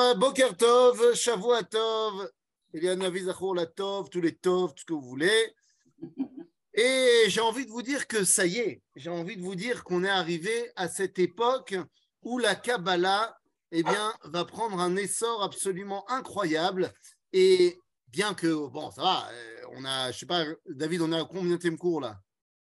Boker Tov, Shavua Tov, il y a Navi Zachor la Tov, tous les Tov, tout ce que vous voulez. Et j'ai envie de vous dire que ça y est, j'ai envie de vous dire qu'on est arrivé à cette époque où la Kabbalah, eh bien, va prendre un essor absolument incroyable. Et bien que, bon, ça va, on a, je sais pas, David, on a combien de cours là?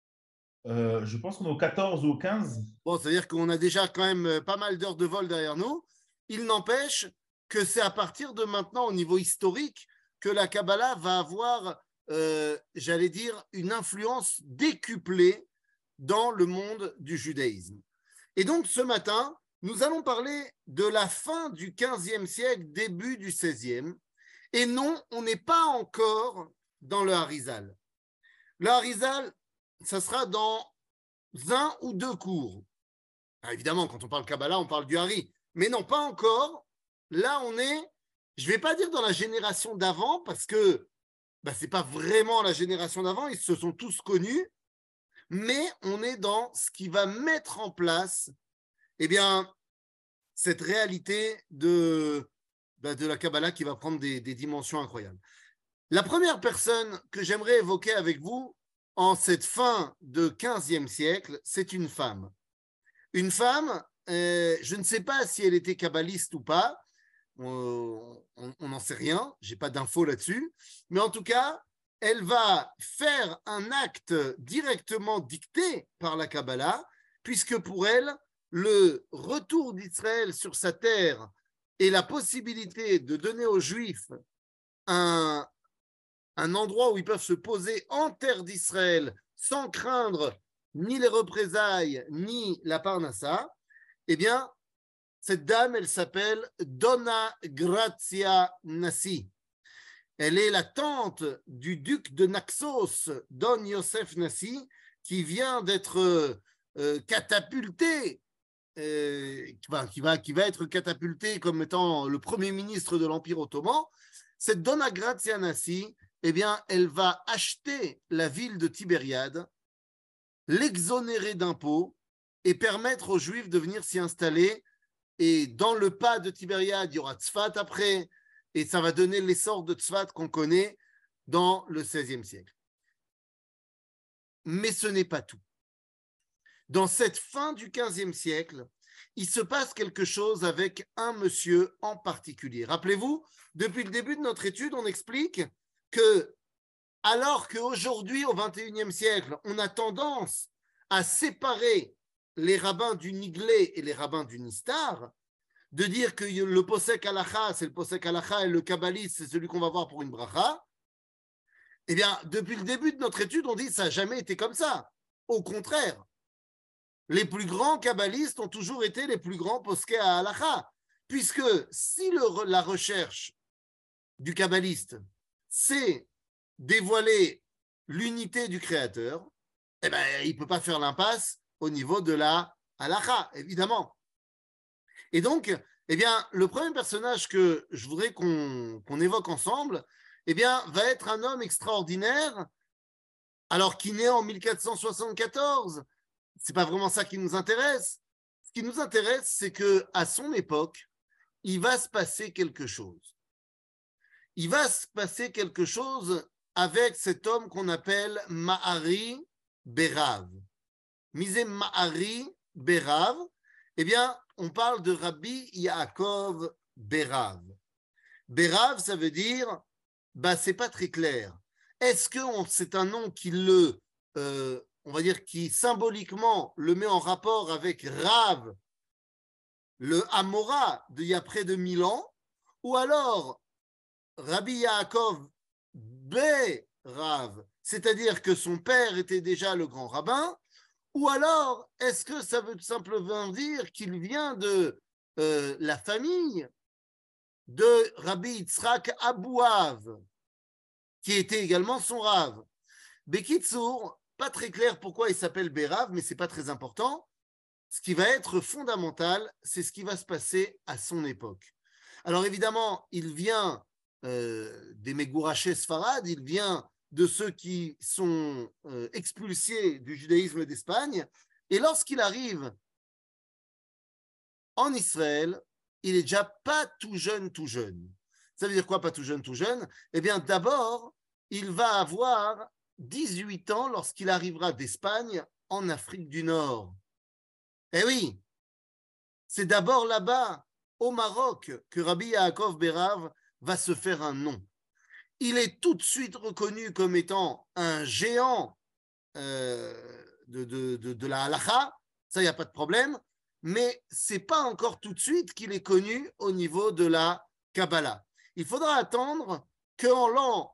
Je pense qu'on est au 14 ou au 15. Bon, c'est-à-dire qu'on a déjà quand même pas mal d'heures de vol derrière nous. Il n'empêche que c'est à partir de maintenant, au niveau historique, que la Kabbalah va avoir, j'allais dire, une influence décuplée dans le monde du judaïsme. Et donc, ce matin, nous allons parler de la fin du 15e siècle, début du 16e. Et non, on n'est pas encore dans le Harizal. Le Harizal, ça sera dans un ou deux cours. Alors évidemment, quand on parle Kabbalah, on parle du Hari. Mais non, pas encore. Là, on est, je ne vais pas dire dans la génération d'avant, parce que ce n'est pas vraiment la génération d'avant, ils se sont tous connus, mais on est dans ce qui va mettre en place eh bien, cette réalité de la Kabbalah qui va prendre des dimensions incroyables. La première personne que j'aimerais évoquer avec vous en cette fin de 15e siècle, c'est une femme. Une femme, je ne sais pas si elle était kabbaliste ou pas, on n'en sait rien, je n'ai pas d'infos là-dessus, mais en tout cas, elle va faire un acte directement dicté par la Kabbalah, puisque pour elle, le retour d'Israël sur sa terre et la possibilité de donner aux Juifs un endroit où ils peuvent se poser en terre d'Israël sans craindre ni les représailles, ni la Parnassa, eh bien, cette dame, elle s'appelle Donna Grazia Nassi. Elle est la tante du duc de Naxos, Don Yosef Nassi, qui vient d'être catapulté, qui va être catapulté comme étant le premier ministre de l'Empire ottoman. Cette Donna Grazia Nassi, eh bien, elle va acheter la ville de Tibériade, l'exonérer d'impôts et permettre aux Juifs de venir s'y installer. Et dans le pas de Tibériade, il y aura Tzfat après, et ça va donner l'essor de Tzfat qu'on connaît dans le XVIe siècle. Mais ce n'est pas tout. Dans cette fin du XVe siècle, il se passe quelque chose avec un monsieur en particulier. Rappelez-vous, depuis le début de notre étude, on explique que alors qu'aujourd'hui, au XXIe siècle, on a tendance à séparer les rabbins du Niglé et les rabbins du Nistar, de dire que le posek halacha, c'est le posek halacha et le kabbaliste, c'est celui qu'on va voir pour une bracha, eh bien, depuis le début de notre étude, on dit que ça n'a jamais été comme ça. Au contraire, les plus grands kabbalistes ont toujours été les plus grands poskei à halacha, puisque si la recherche du kabbaliste, c'est dévoiler l'unité du créateur, eh ben, il ne peut pas faire l'impasse au niveau de la halacha, évidemment. Et donc, eh bien, le premier personnage que je voudrais qu'on évoque ensemble, eh bien, va être un homme extraordinaire, alors qui naît en 1474. C'est pas vraiment ça qui nous intéresse. Ce qui nous intéresse, c'est qu'à son époque, il va se passer quelque chose. Il va se passer quelque chose avec cet homme qu'on appelle Mahari Berav. Misé Mahari Berav, eh bien, on parle de Rabbi Yaakov Berav. Berav, ça veut dire, c'est pas très clair. Est-ce que c'est un nom qui on va dire, qui symboliquement le met en rapport avec Rav, le Amora d'il y a près de 1000 ans, ou alors Rabbi Yaakov Berav, c'est-à-dire que son père était déjà le grand rabbin, ou alors, est-ce que ça veut tout simplement dire qu'il vient de la famille de Rabbi Yitzhak Abouav, qui était également son Rav? Bekitsour, pas très clair pourquoi il s'appelle Berav, mais ce n'est pas très important. Ce qui va être fondamental, c'est ce qui va se passer à son époque. Alors évidemment, il vient des Megourachés Sfarad, il vient de ceux qui sont expulsés du judaïsme d'Espagne. Et lorsqu'il arrive en Israël, il est déjà pas tout jeune, tout jeune. Ça veut dire quoi, pas tout jeune, tout jeune? Eh bien, d'abord, il va avoir 18 ans lorsqu'il arrivera d'Espagne en Afrique du Nord. Eh oui, c'est d'abord là-bas, au Maroc, que Rabbi Yaakov Berav va se faire un nom. Il est tout de suite reconnu comme étant un géant de la halakha, ça, il n'y a pas de problème, mais ce n'est pas encore tout de suite qu'il est connu au niveau de la Kabbalah. Il faudra attendre qu'en l'an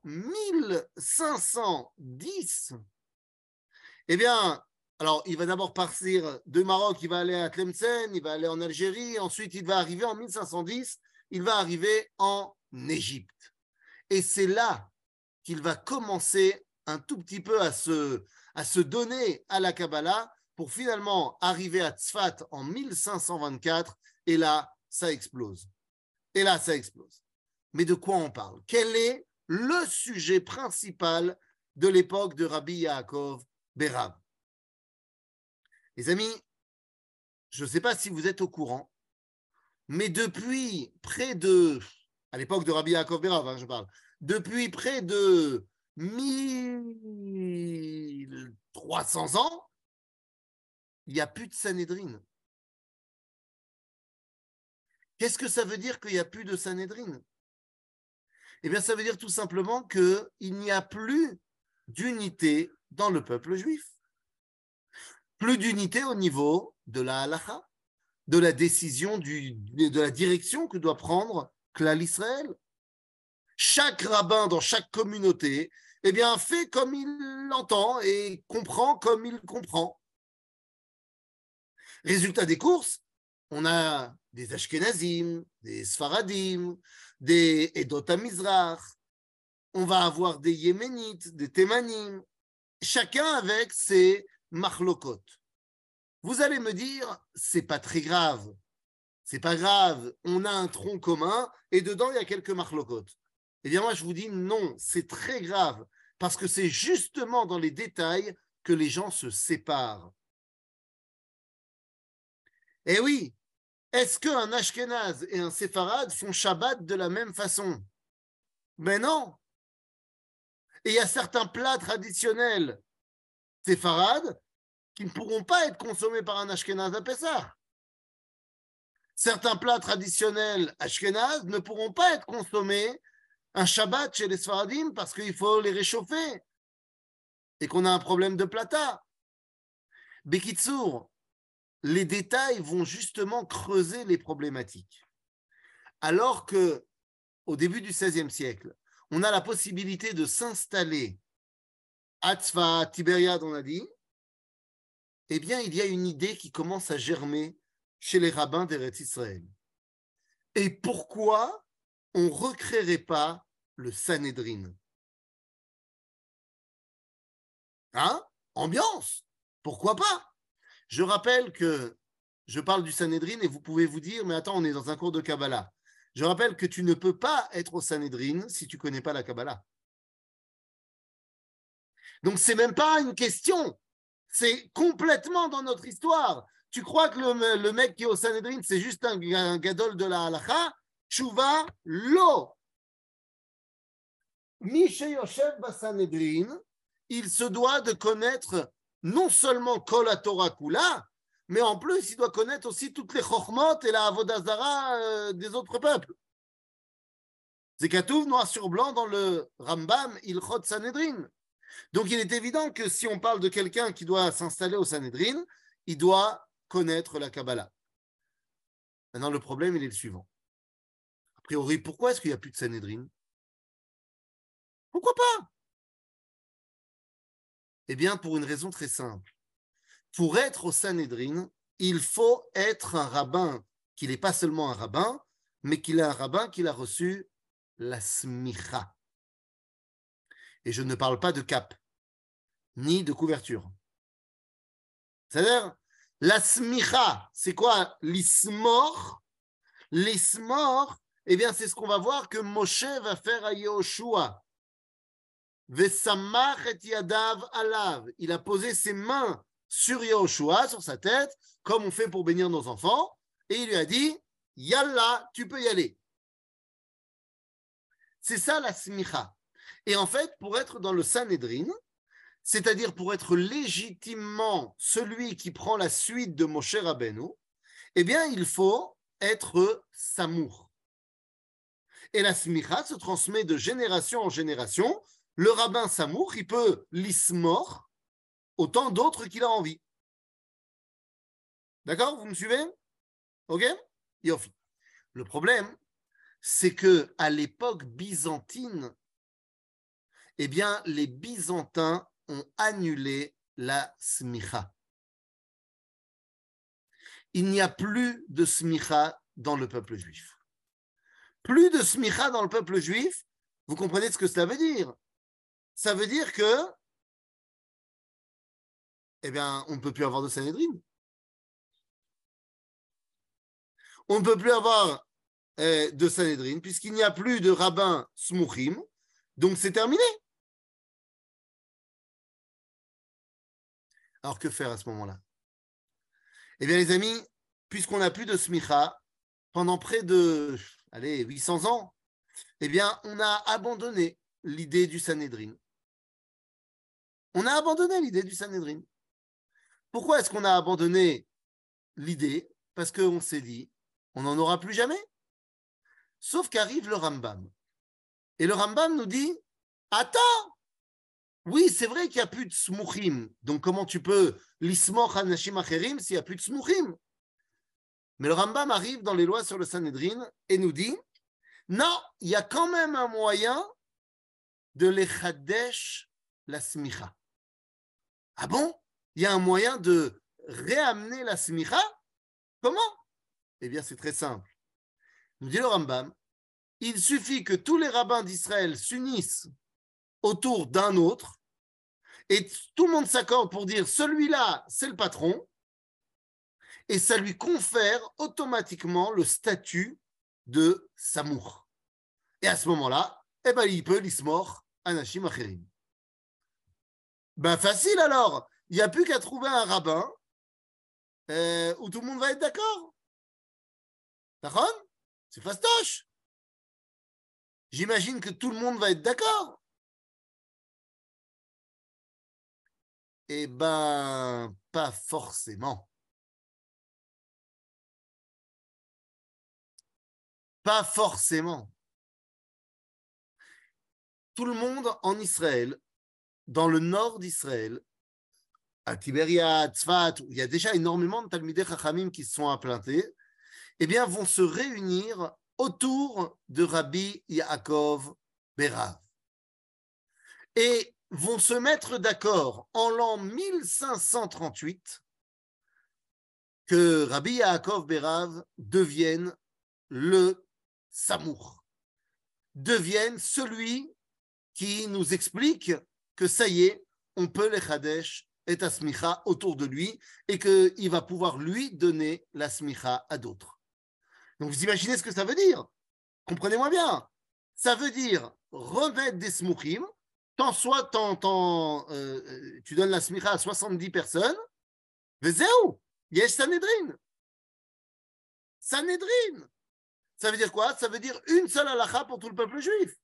1510, eh bien, alors il va d'abord partir de Maroc, il va aller à Tlemcen, il va aller en Algérie, ensuite il va arriver en 1510, il va arriver en Égypte. Et c'est là qu'il va commencer un tout petit peu à se donner à la Kabbalah pour finalement arriver à Tzfat en 1524, et là, ça explose. Et là, ça explose. Mais de quoi on parle? Quel est le sujet principal de l'époque de Rabbi Yaakov Berav? Les amis, je ne sais pas si vous êtes au courant, mais depuis près de, à l'époque de Rabbi Yaakov Berav, je parle, depuis près de 1300 ans, il n'y a plus de Sanhédrin. Qu'est-ce que ça veut dire qu'il n'y a plus de Sanhédrin? Eh bien, ça veut dire tout simplement qu'il n'y a plus d'unité dans le peuple juif. Plus d'unité au niveau de la halakha, de la décision, de la direction que doit prendre Klal Israël. Chaque rabbin dans chaque communauté, eh bien, fait comme il l'entend et comprend comme il comprend. Résultat des courses, on a des Ashkenazim, des Sfaradim, des Edot HaMizrach, on va avoir des Yéménites, des Thémanim, chacun avec ses machlokot. Vous allez me dire, c'est pas très grave, c'est pas grave, on a un tronc commun et dedans il y a quelques machlokot. Eh bien moi je vous dis non, c'est très grave, parce que c'est justement dans les détails que les gens se séparent. Eh oui, est-ce qu'un Ashkénaze et un Séfarade font Shabbat de la même façon? Mais non. Et il y a certains plats traditionnels séfarades qui ne pourront pas être consommés par un Ashkénaze à Pessah. Certains plats traditionnels ashkénazes ne pourront pas être consommés un Shabbat chez les Sfaradim parce qu'il faut les réchauffer et qu'on a un problème de plata. Bekitsour, les détails vont justement creuser les problématiques. Alors que au début du XVIe siècle, on a la possibilité de s'installer à Tzfat, Tibériade, on a dit, eh bien, il y a une idée qui commence à germer chez les rabbins d'Eretz Israël. Et pourquoi on ne recréerait pas le Sanhédrin? Hein? Ambiance? Pourquoi pas? Je rappelle que je parle du Sanhédrin et vous pouvez vous dire, mais attends, on est dans un cours de Kabbalah. Je rappelle que tu ne peux pas être au Sanhédrin si tu ne connais pas la Kabbalah. Donc, ce n'est même pas une question. C'est complètement dans notre histoire. Tu crois que le mec qui est au Sanhédrin, c'est juste un gadol de la halakha? Tshuva, lo. Mishe Yoshev Basanhédrin, il se doit de connaître non seulement Kol HaTorah Kula, mais en plus, il doit connaître aussi toutes les chokhmot et la avodah zara des autres peuples. C'est Katouf noir sur blanc dans le Rambam Ilchot Sanhédrin. Donc, il est évident que si on parle de quelqu'un qui doit s'installer au Sanhédrin, il doit connaître la Kabbalah. Maintenant, le problème, il est le suivant. A priori, pourquoi est-ce qu'il n'y a plus de Sanhédrin? Pourquoi pas? Eh bien, pour une raison très simple. Pour être au Sanhédrin, il faut être un rabbin, qu'il n'est pas seulement un rabbin, mais qu'il est un rabbin qu'il a reçu la smicha. Et je ne parle pas de cape, ni de couverture. C'est-à-dire, la smicha, c'est quoi? L'ismor. L'ismor, eh bien, c'est ce qu'on va voir que Moshe va faire à Yehoshua. Vesamach et yadav alav. Il a posé ses mains sur Yehoshua, sur sa tête, comme on fait pour bénir nos enfants, et il lui a dit, Yallah, tu peux y aller. C'est ça la smicha. Et en fait, pour être dans le Sanhedrin, c'est-à-dire pour être légitimement celui qui prend la suite de Moshe Rabbeinu, eh bien, il faut être samour. Et la smicha se transmet de génération en génération. Le rabbin samour, il peut l'ismor autant d'autres qu'il a envie. D'accord? Vous me suivez? Ok? Yofi. Le problème, c'est que à l'époque byzantine, eh bien, les Byzantins ont annulé la smicha. Il n'y a plus de smicha dans le peuple juif. Plus de smicha dans le peuple juif, vous comprenez ce que cela veut dire? Ça veut dire que, eh bien, on ne peut plus avoir de Sanhedrin. On ne peut plus avoir de Sanhedrin, puisqu'il n'y a plus de rabbins smouchim, donc c'est terminé. Alors que faire à ce moment-là? Eh bien, les amis, puisqu'on n'a plus de smicha, pendant près de 800 ans, eh bien, on a abandonné l'idée du Sanhedrin. On a abandonné l'idée du Sanhedrin. Pourquoi est-ce qu'on a abandonné l'idée? Parce qu'on s'est dit, on n'en aura plus jamais. Sauf qu'arrive le Rambam. Et le Rambam nous dit, attends, oui, c'est vrai qu'il n'y a plus de smouchim. Donc, comment tu peux l'ismoch anashim acherim s'il n'y a plus de smouchim? Mais le Rambam arrive dans les lois sur le Sanhedrin et nous dit, non, il y a quand même un moyen de lechadesh la smicha. Ah bon? Il y a un moyen de réamener la smicha? Comment? Eh bien, c'est très simple. Nous dit le Rambam, il suffit que tous les rabbins d'Israël s'unissent autour d'un autre et tout le monde s'accorde pour dire celui-là, c'est le patron, et ça lui confère automatiquement le statut de samour. Et à ce moment-là, eh ben, il peut l'ismor anashim acherim. Ben facile alors, il n'y a plus qu'à trouver un rabbin où tout le monde va être d'accord. D'accord? C'est fastoche. J'imagine que tout le monde va être d'accord. Eh ben, pas forcément. Pas forcément. Tout le monde en Israël, dans le nord d'Israël, à Tibériade, Tzfat, où il y a déjà énormément de Talmidei Chachamim qui se sont implantés, eh bien, vont se réunir autour de Rabbi Yaakov Berav. Et vont se mettre d'accord en l'an 1538 que Rabbi Yaakov Berav devienne le Samour, devienne celui qui nous explique que ça y est, on peut les Chadesh et la smicha autour de lui et qu'il va pouvoir lui donner la smicha à d'autres. Donc vous imaginez ce que ça veut dire? Comprenez-moi bien. Ça veut dire remettre des smouchim, tu donnes la smicha à 70 personnes, vezéou, yesh Sanhedrin. Sanhedrin. Ça veut dire quoi? Ça veut dire une seule halakha pour tout le peuple juif.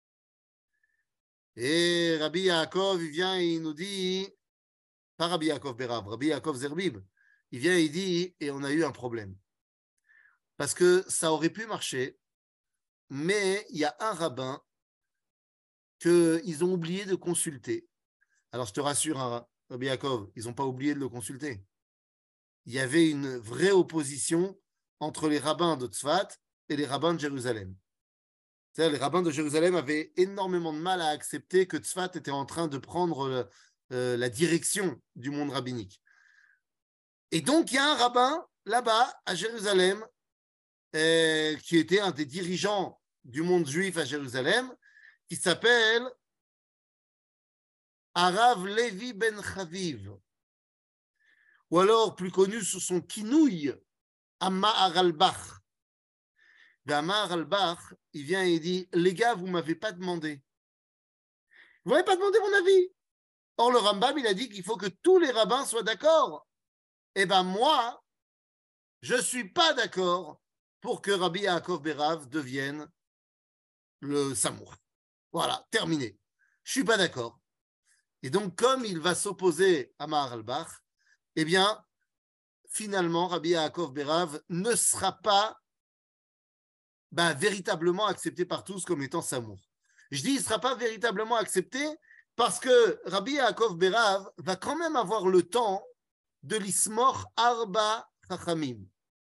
Et Rabbi Yaakov, il vient et il nous dit, pas Rabbi Yaakov Berav, Rabbi Yaakov Zerbib, il vient et il dit, et on a eu un problème. Parce que ça aurait pu marcher, mais il y a un rabbin qu'ils ont oublié de consulter. Alors je te rassure, hein, Rabbi Yaakov, ils n'ont pas oublié de le consulter. Il y avait une vraie opposition entre les rabbins de Tzfat et les rabbins de Jérusalem. C'est-à-dire, les rabbins de Jérusalem avaient énormément de mal à accepter que Tzfat était en train de prendre la direction du monde rabbinique. Et donc, il y a un rabbin là-bas, à Jérusalem, qui était un des dirigeants du monde juif à Jérusalem, qui s'appelle Arav Levi ben Chaviv, ou alors plus connu sous son kinouï, Amma Aralbach. Amma Aralbach, il vient et il dit, les gars, vous ne m'avez pas demandé. Vous ne m'avez pas demandé mon avis. Or, le Rambam, il a dit qu'il faut que tous les rabbins soient d'accord. Eh bien, moi, je ne suis pas d'accord pour que Rabbi Yaakov Berav devienne le Samour. Voilà, terminé. Je ne suis pas d'accord. Et donc, comme il va s'opposer à Maharalbach, eh bien, finalement, Rabbi Yaakov Berav ne sera pas véritablement accepté par tous comme étant Samour. Je dis, il ne sera pas véritablement accepté parce que Rabbi Yaakov Berav va quand même avoir le temps de l'ismor Arba Chachamim.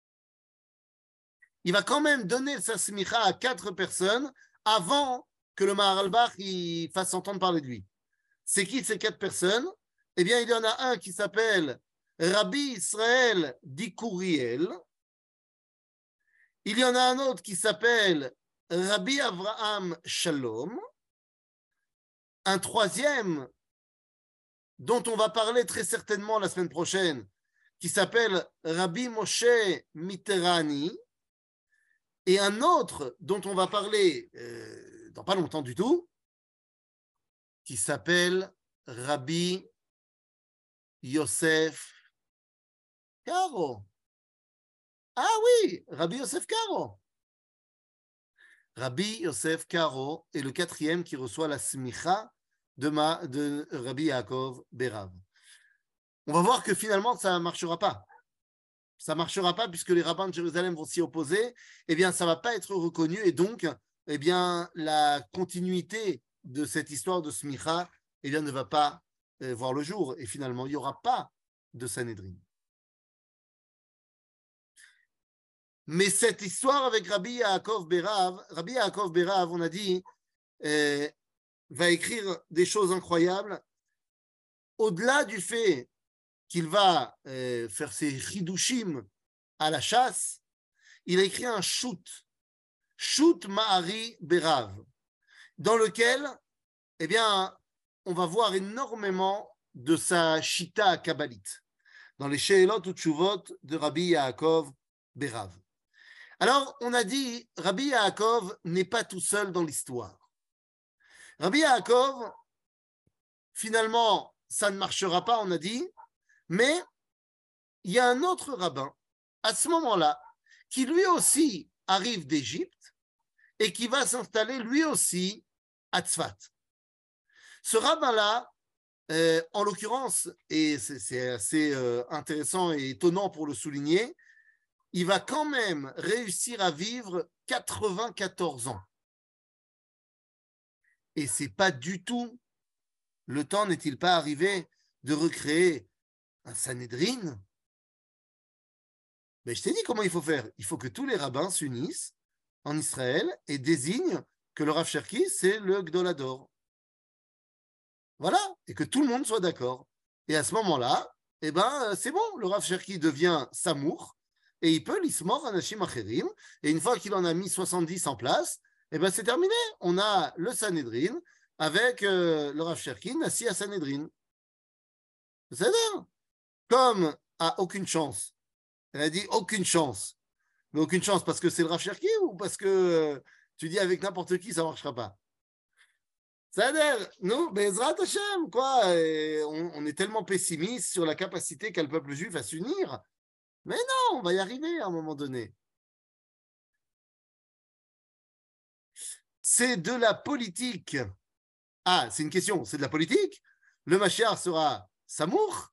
Il va quand même donner sa smicha à 4 personnes avant que le Maharalbach fasse entendre parler de lui. C'est qui ces 4 personnes? Eh bien, il y en a un qui s'appelle Rabbi Israël Dikouriel. Il y en a un autre qui s'appelle Rabbi Avraham Shalom. Un troisième dont on va parler très certainement la semaine prochaine, qui s'appelle Rabbi Moshe Miterani. Et un autre dont on va parler dans pas longtemps du tout, qui s'appelle Rabbi Yosef Karo. Ah oui, Rabbi Yosef Karo. Rabbi Yosef Karo est le 4e qui reçoit la smicha de Rabbi Yaakov Berav. On va voir que finalement, ça ne marchera pas. Ça ne marchera pas puisque les rabbins de Jérusalem vont s'y opposer. Eh bien, ça ne va pas être reconnu et donc, eh bien, la continuité de cette histoire de smicha, eh bien, ne va pas voir le jour. Et finalement, il n'y aura pas de Sanhédrin. Mais cette histoire avec Rabbi Yaakov Berav, on a dit, va écrire des choses incroyables. Au-delà du fait qu'il va faire ses chidushim à la chasse, il a écrit un shoot Ma'ari Berav, dans lequel, eh bien, on va voir énormément de sa shita kabbalite, dans les She'elot ou Tshuvot de Rabbi Yaakov Berav. Alors, on a dit, Rabbi Yaakov n'est pas tout seul dans l'histoire. Rabbi Yaakov, finalement, ça ne marchera pas, on a dit, mais il y a un autre rabbin, à ce moment-là, qui lui aussi arrive d'Égypte et qui va s'installer lui aussi à Tzfat. Ce rabbin-là, en l'occurrence, et c'est assez intéressant et étonnant pour le souligner, il va quand même réussir à vivre 94 ans. Et ce n'est pas du tout, le temps n'est-il pas arrivé de recréer un Sanhédrin? Mais je t'ai dit comment il faut faire. Il faut que tous les rabbins s'unissent en Israël et désignent que le Rav Cherki, c'est le Gdolador. Voilà, et que tout le monde soit d'accord. Et à ce moment-là, eh ben, c'est bon, le Rav Cherki devient Samour, et il peut l'ismor anashim acherim, et une fois qu'il en a mis 70 en place, eh ben, c'est terminé. On a le Sanhédrin avec le Rav Cherki, assis à Sanhédrin. C'est-à-dire, comme à aucune chance, elle a dit aucune chance, mais aucune chance parce que c'est le Rav Cherki ou parce que tu dis avec n'importe qui, ça ne marchera pas. C'est-à-dire, nous, Bezrat Hashem, quoi, on est tellement pessimiste sur la capacité qu'a le peuple juif à s'unir. Mais non, on va y arriver à un moment donné. C'est de la politique. Ah, c'est une question, c'est de la politique. Le Mashiach sera Samour.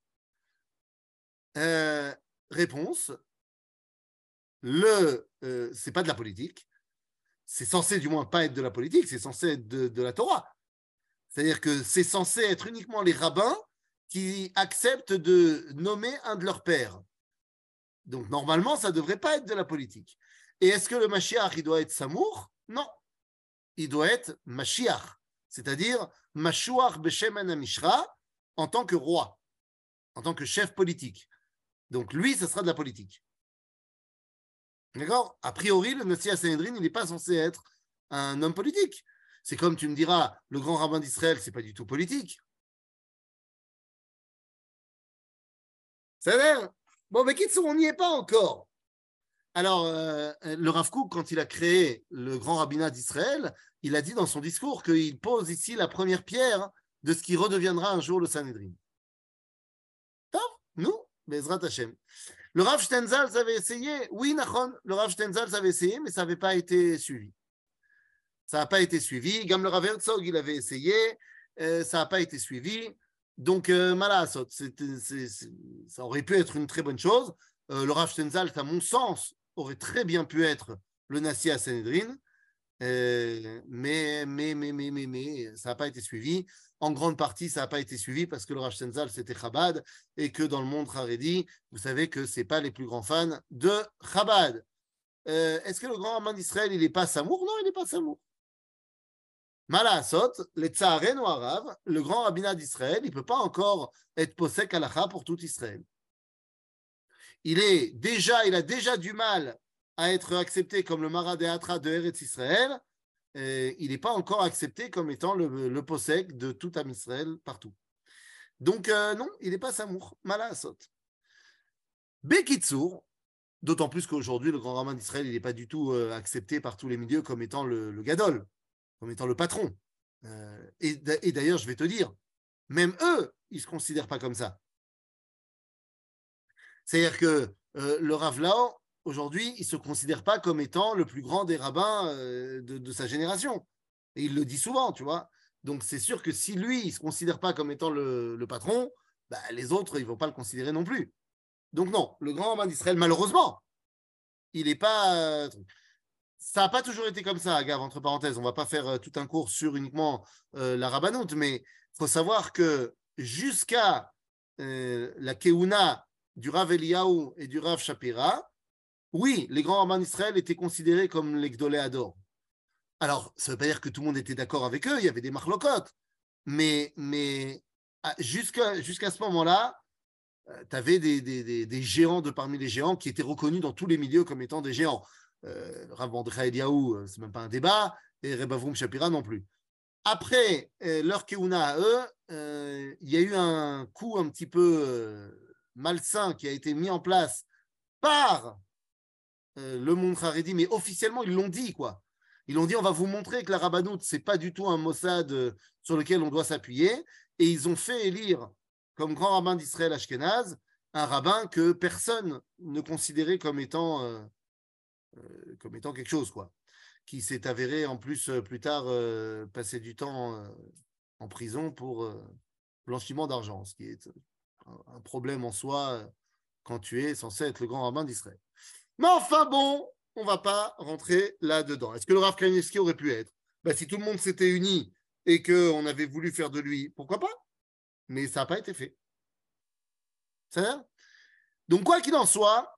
Réponse, c'est pas de la politique. C'est censé du moins pas être de la politique, c'est censé être de la Torah. C'est-à-dire que c'est censé être uniquement les rabbins qui acceptent de nommer un de leurs pairs. Donc, normalement, ça ne devrait pas être de la politique. Et est-ce que le Mashiach, il doit être Samour? Non. Il doit être Mashiach, c'est-à-dire Mashuach Beshem Anamishra en tant que roi, en tant que chef politique. Donc, lui, ça sera de la politique. D'accord? A priori, le Nasi Sanhédrin, il n'est pas censé être un homme politique. C'est comme tu me diras, le grand rabbin d'Israël, ce n'est pas du tout politique. C'est-à-dire, bon, mais Kitsour, on n'y est pas encore. Alors, le Rav Kook, quand il a créé le grand rabbinat d'Israël, il a dit dans son discours qu'il pose ici la première pierre de ce qui redeviendra un jour le Sanhédrin. Nous, Bezrat Hashem. Le Rav Stenzalz avait essayé, oui, Nachon, le Rav Stenzalz avait essayé, mais ça n'avait pas été suivi. Ça n'a pas été suivi. Gam le Rav Herzog, il avait essayé, ça n'a pas été suivi. Donc, malasot, ça aurait pu être une très bonne chose. Le Rav Stenzalz, à mon sens, aurait très bien pu être le Nassi à Sanhedrin, mais ça n'a pas été suivi. En grande partie, ça n'a pas été suivi parce que le Rav Stenzalz, c'était Chabad et que dans le monde Haredi, vous savez que ce n'est pas les plus grands fans de Chabad. Est-ce que le grand Rabbin d'Israël, il n'est pas Samour? Non, il n'est pas Samour. Malasot, les Tsaren ou Arav, le grand rabbinat d'Israël, il ne peut pas encore être posek halacha pour tout Israël. Il a déjà du mal à être accepté comme le Maradéatra de Eretz Israël. Il n'est pas encore accepté comme étant le posek de tout Am Israël partout. Donc, non, il n'est pas Samour. Malasot. Bekitsour, d'autant plus qu'aujourd'hui, le grand rabbin d'Israël, il n'est pas du tout accepté par tous les milieux comme étant le Gadol, comme étant le patron. Et d'ailleurs, je vais te dire, même eux, ils ne se considèrent pas comme ça. C'est-à-dire que le Rav Lao, aujourd'hui, il ne se considère pas comme étant le plus grand des rabbins de sa génération. Et il le dit souvent, tu vois. Donc, c'est sûr que si lui, il ne se considère pas comme étant le patron, bah, les autres, ils ne vont pas le considérer non plus. Donc, non, le grand rabbin d'Israël, malheureusement, il n'est pas... ça n'a pas toujours été comme ça, Gav, entre parenthèses. On ne va pas faire tout un cours sur uniquement la rabbanoute, mais il faut savoir que jusqu'à la Keuna du Rav Eliyahu et du Rav Shapira, oui, les grands rabbins d'Israël étaient considérés comme les Gdolei Hador. Alors, ça ne veut pas dire que tout le monde était d'accord avec eux, il y avait des marlocotes, mais jusqu'à ce moment-là, tu avais des géants de parmi les géants qui étaient reconnus dans tous les milieux comme étant des géants. Rav Mordechai Eliyahu, c'est même pas un débat, et Reb Avrum Shapira non plus. Après leur Keuna à eux, il y a eu un coup un petit peu malsain qui a été mis en place par le monde Haredi, mais officiellement ils l'ont dit, quoi. Ils l'ont dit, on va vous montrer que la rabbanoute, c'est pas du tout un Mossad sur lequel on doit s'appuyer, et ils ont fait élire comme grand rabbin d'Israël Ashkenaz un rabbin que personne ne considérait comme étant quelque chose, quoi, qui s'est avéré en plus plus tard passer du temps en prison pour blanchiment d'argent, ce qui est un problème en soi quand tu es censé être le grand rabbin d'Israël. Mais enfin bon, on ne va pas rentrer là-dedans. Est-ce que le Rav Kanievski aurait pu être? Si tout le monde s'était uni et qu'on avait voulu faire de lui, pourquoi pas? Mais ça n'a pas été fait. C'est ça? Donc quoi qu'il en soit,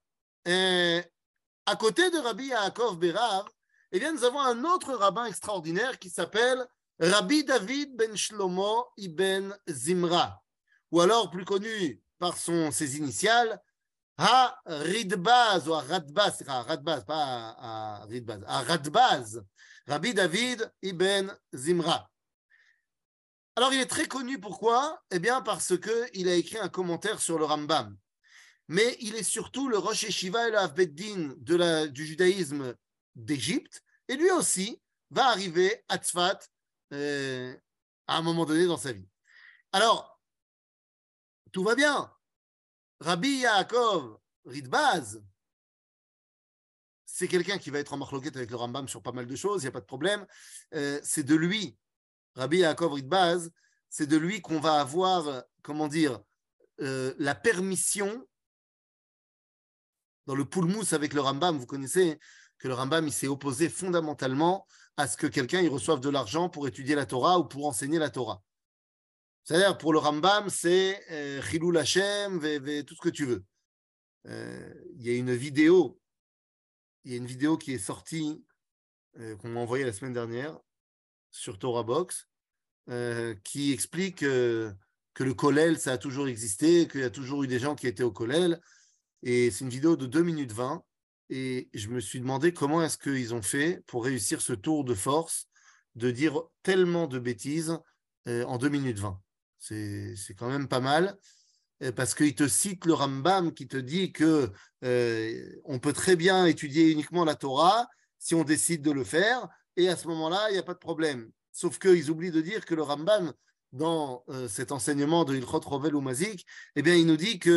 à côté de Rabbi Yaakov Berav, eh bien, nous avons un autre rabbin extraordinaire qui s'appelle Rabbi David ben Shlomo ibn Zimra, ou alors plus connu par ses initiales, Ha-Ridbaz, ou Radbaz, pas Ridbaz, Radbaz, Rabbi David ibn Zimra. Alors, il est très connu, pourquoi? Eh bien, parce qu'il a écrit un commentaire sur le Rambam. Mais il est surtout le Rosh Yeshiva et le Av Bet Din du judaïsme d'Égypte, et lui aussi va arriver à Tzfat à un moment donné dans sa vie. Alors, tout va bien. Rabbi Yaakov Ridbaz, c'est quelqu'un qui va être en marloquette avec le Rambam sur pas mal de choses, il n'y a pas de problème. C'est de lui, Rabbi Yaakov Ridbaz, c'est de lui qu'on va avoir, comment dire, la permission. Dans le Poulmous avec le Rambam, vous connaissez que le Rambam il s'est opposé fondamentalement à ce que quelqu'un il reçoive de l'argent pour étudier la Torah ou pour enseigner la Torah. C'est-à-dire, pour le Rambam, c'est Chilul Hashem, tout ce que tu veux. Il y a une vidéo qui est sortie, qu'on m'a envoyée la semaine dernière sur Torah Box, qui explique que le Kollel, ça a toujours existé, qu'il y a toujours eu des gens qui étaient au Kollel. Et c'est une vidéo de 2 minutes 20. Et je me suis demandé comment est-ce qu'ils ont fait pour réussir ce tour de force de dire tellement de bêtises en 2 minutes 20. C'est quand même pas mal. Parce qu'il te cite le Rambam qui te dit que on peut très bien étudier uniquement la Torah si on décide de le faire. Et à ce moment-là, il n'y a pas de problème. Sauf qu'ils oublient de dire que le Rambam, dans cet enseignement de Ilchot Rovel ou Mazik, eh bien, il nous dit que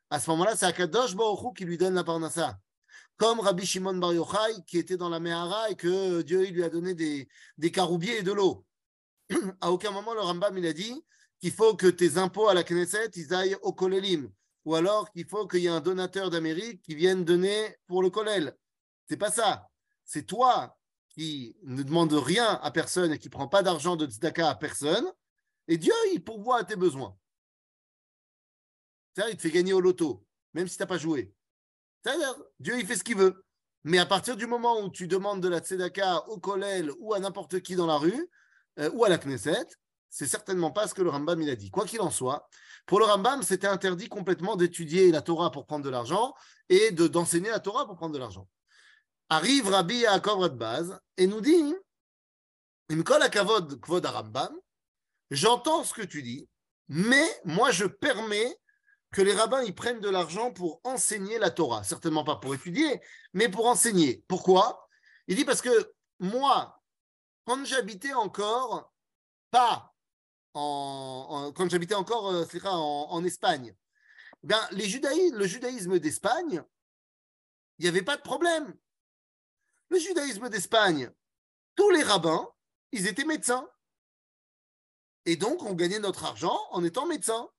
à ce moment-là, c'est Akadosh Baruch Hu qui lui donne la parnassa. Comme Rabbi Shimon Bar Yochai, qui était dans la Mehara et que Dieu il lui a donné des caroubiers et de l'eau. À aucun moment, le Rambam il a dit qu'il faut que tes impôts à la Knesset ils aillent au Kolelim, ou alors qu'il faut qu'il y ait un donateur d'Amérique qui vienne donner pour le Kolel. C'est pas ça. C'est toi qui ne demande rien à personne et qui prend pas d'argent de tzedaka à personne, et Dieu il pourvoit à tes besoins. C'est-à-dire, il te fait gagner au loto, même si tu n'as pas joué. C'est-à-dire, Dieu il fait ce qu'il veut. Mais à partir du moment où tu demandes de la tzedaka au Kolel ou à n'importe qui dans la rue, ou à la Knesset, c'est certainement pas ce que le Rambam il a dit. Quoi qu'il en soit, pour le Rambam, c'était interdit complètement d'étudier la Torah pour prendre de l'argent et d'enseigner la Torah pour prendre de l'argent. Arrive Rabbi Yaakov Radbaz et nous dit Im kol hakavod kvod Rambam, j'entends ce que tu dis, mais moi je permets que les rabbins ils prennent de l'argent pour enseigner la Torah. Certainement pas pour étudier, mais pour enseigner. Pourquoi? Il dit parce que moi, quand j'habitais encore pas quand j'habitais encore en Espagne, ben, le judaïsme d'Espagne, il n'y avait pas de problème. Le judaïsme d'Espagne, tous les rabbins, ils étaient médecins. Et donc, on gagnait notre argent en étant médecin.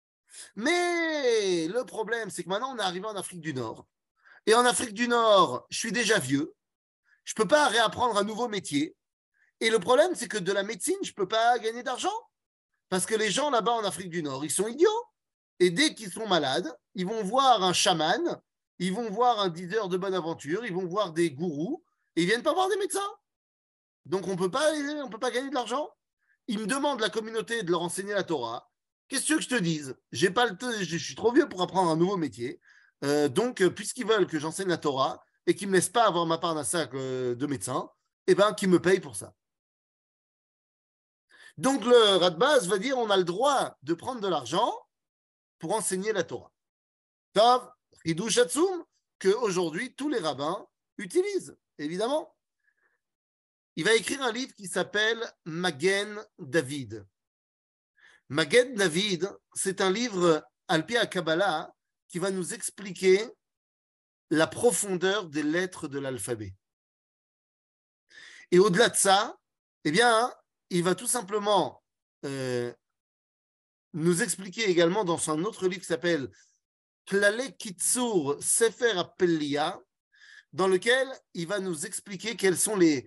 Mais le problème, c'est que maintenant, on est arrivé en Afrique du Nord. Et en Afrique du Nord, je suis déjà vieux. Je ne peux pas réapprendre un nouveau métier. Et le problème, c'est que de la médecine, je ne peux pas gagner d'argent. Parce que les gens là-bas en Afrique du Nord, ils sont idiots. Et dès qu'ils sont malades, ils vont voir un chaman, ils vont voir un leader de bonne aventure, ils vont voir des gourous, et ils ne viennent pas voir des médecins. Donc on ne peut pas gagner de l'argent. Ils me demandent, la communauté, de leur enseigner la Torah. Qu'est-ce que je te dise? J'ai pas le temps, je suis trop vieux pour apprendre un nouveau métier. Donc, puisqu'ils veulent que j'enseigne la Torah et qu'ils ne me laissent pas avoir ma part d'un sac de médecin, eh ben, qu'ils me payent pour ça. Donc, le Radbaz va dire on a le droit de prendre de l'argent pour enseigner la Torah. Tov, Hidush Hatzum, qu'aujourd'hui, tous les rabbins utilisent, évidemment. Il va écrire un livre qui s'appelle Magen David. Magen David, c'est un livre Al-Pi Kabbalah qui va nous expliquer la profondeur des lettres de l'alphabet. Et au-delà de ça, eh bien, il va tout simplement nous expliquer également dans un autre livre qui s'appelle Klale Kitsur Sefer Appelia, dans lequel il va nous expliquer quels sont les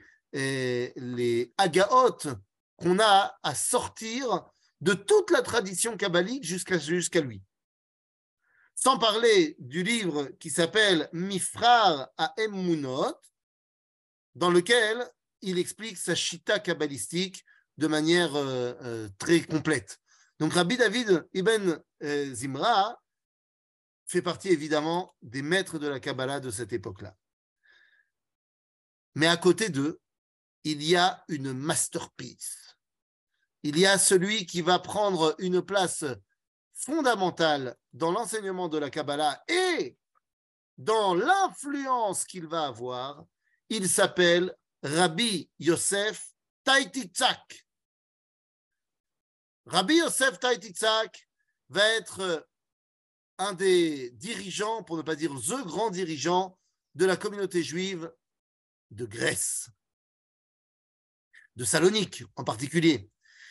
agaot qu'on a à sortir de toute la tradition kabbalique jusqu'à lui. Sans parler du livre qui s'appelle Mifrar à Emmunot, dans lequel il explique sa shita kabbalistique de manière très complète. Donc Rabbi David Ibn Zimra fait partie évidemment des maîtres de la Kabbalah de cette époque-là. Mais à côté d'eux, il y a une masterpiece. Il y a celui qui va prendre une place fondamentale dans l'enseignement de la Kabbalah et dans l'influence qu'il va avoir. Il s'appelle Rabbi Yosef Taititzak. Rabbi Yosef Taititzak va être un des dirigeants, pour ne pas dire the grand dirigeant de la communauté juive de Grèce, de Salonique en particulier.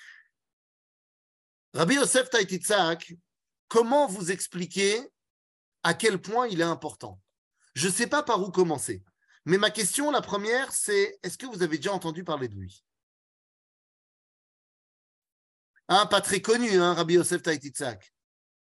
Rabbi Yosef Taititzak, comment vous expliquer à quel point il est important? Je ne sais pas par où commencer, mais ma question, la première, c'est est-ce que vous avez déjà entendu parler de lui? Pas très connu, Rabbi Yosef Taititzak.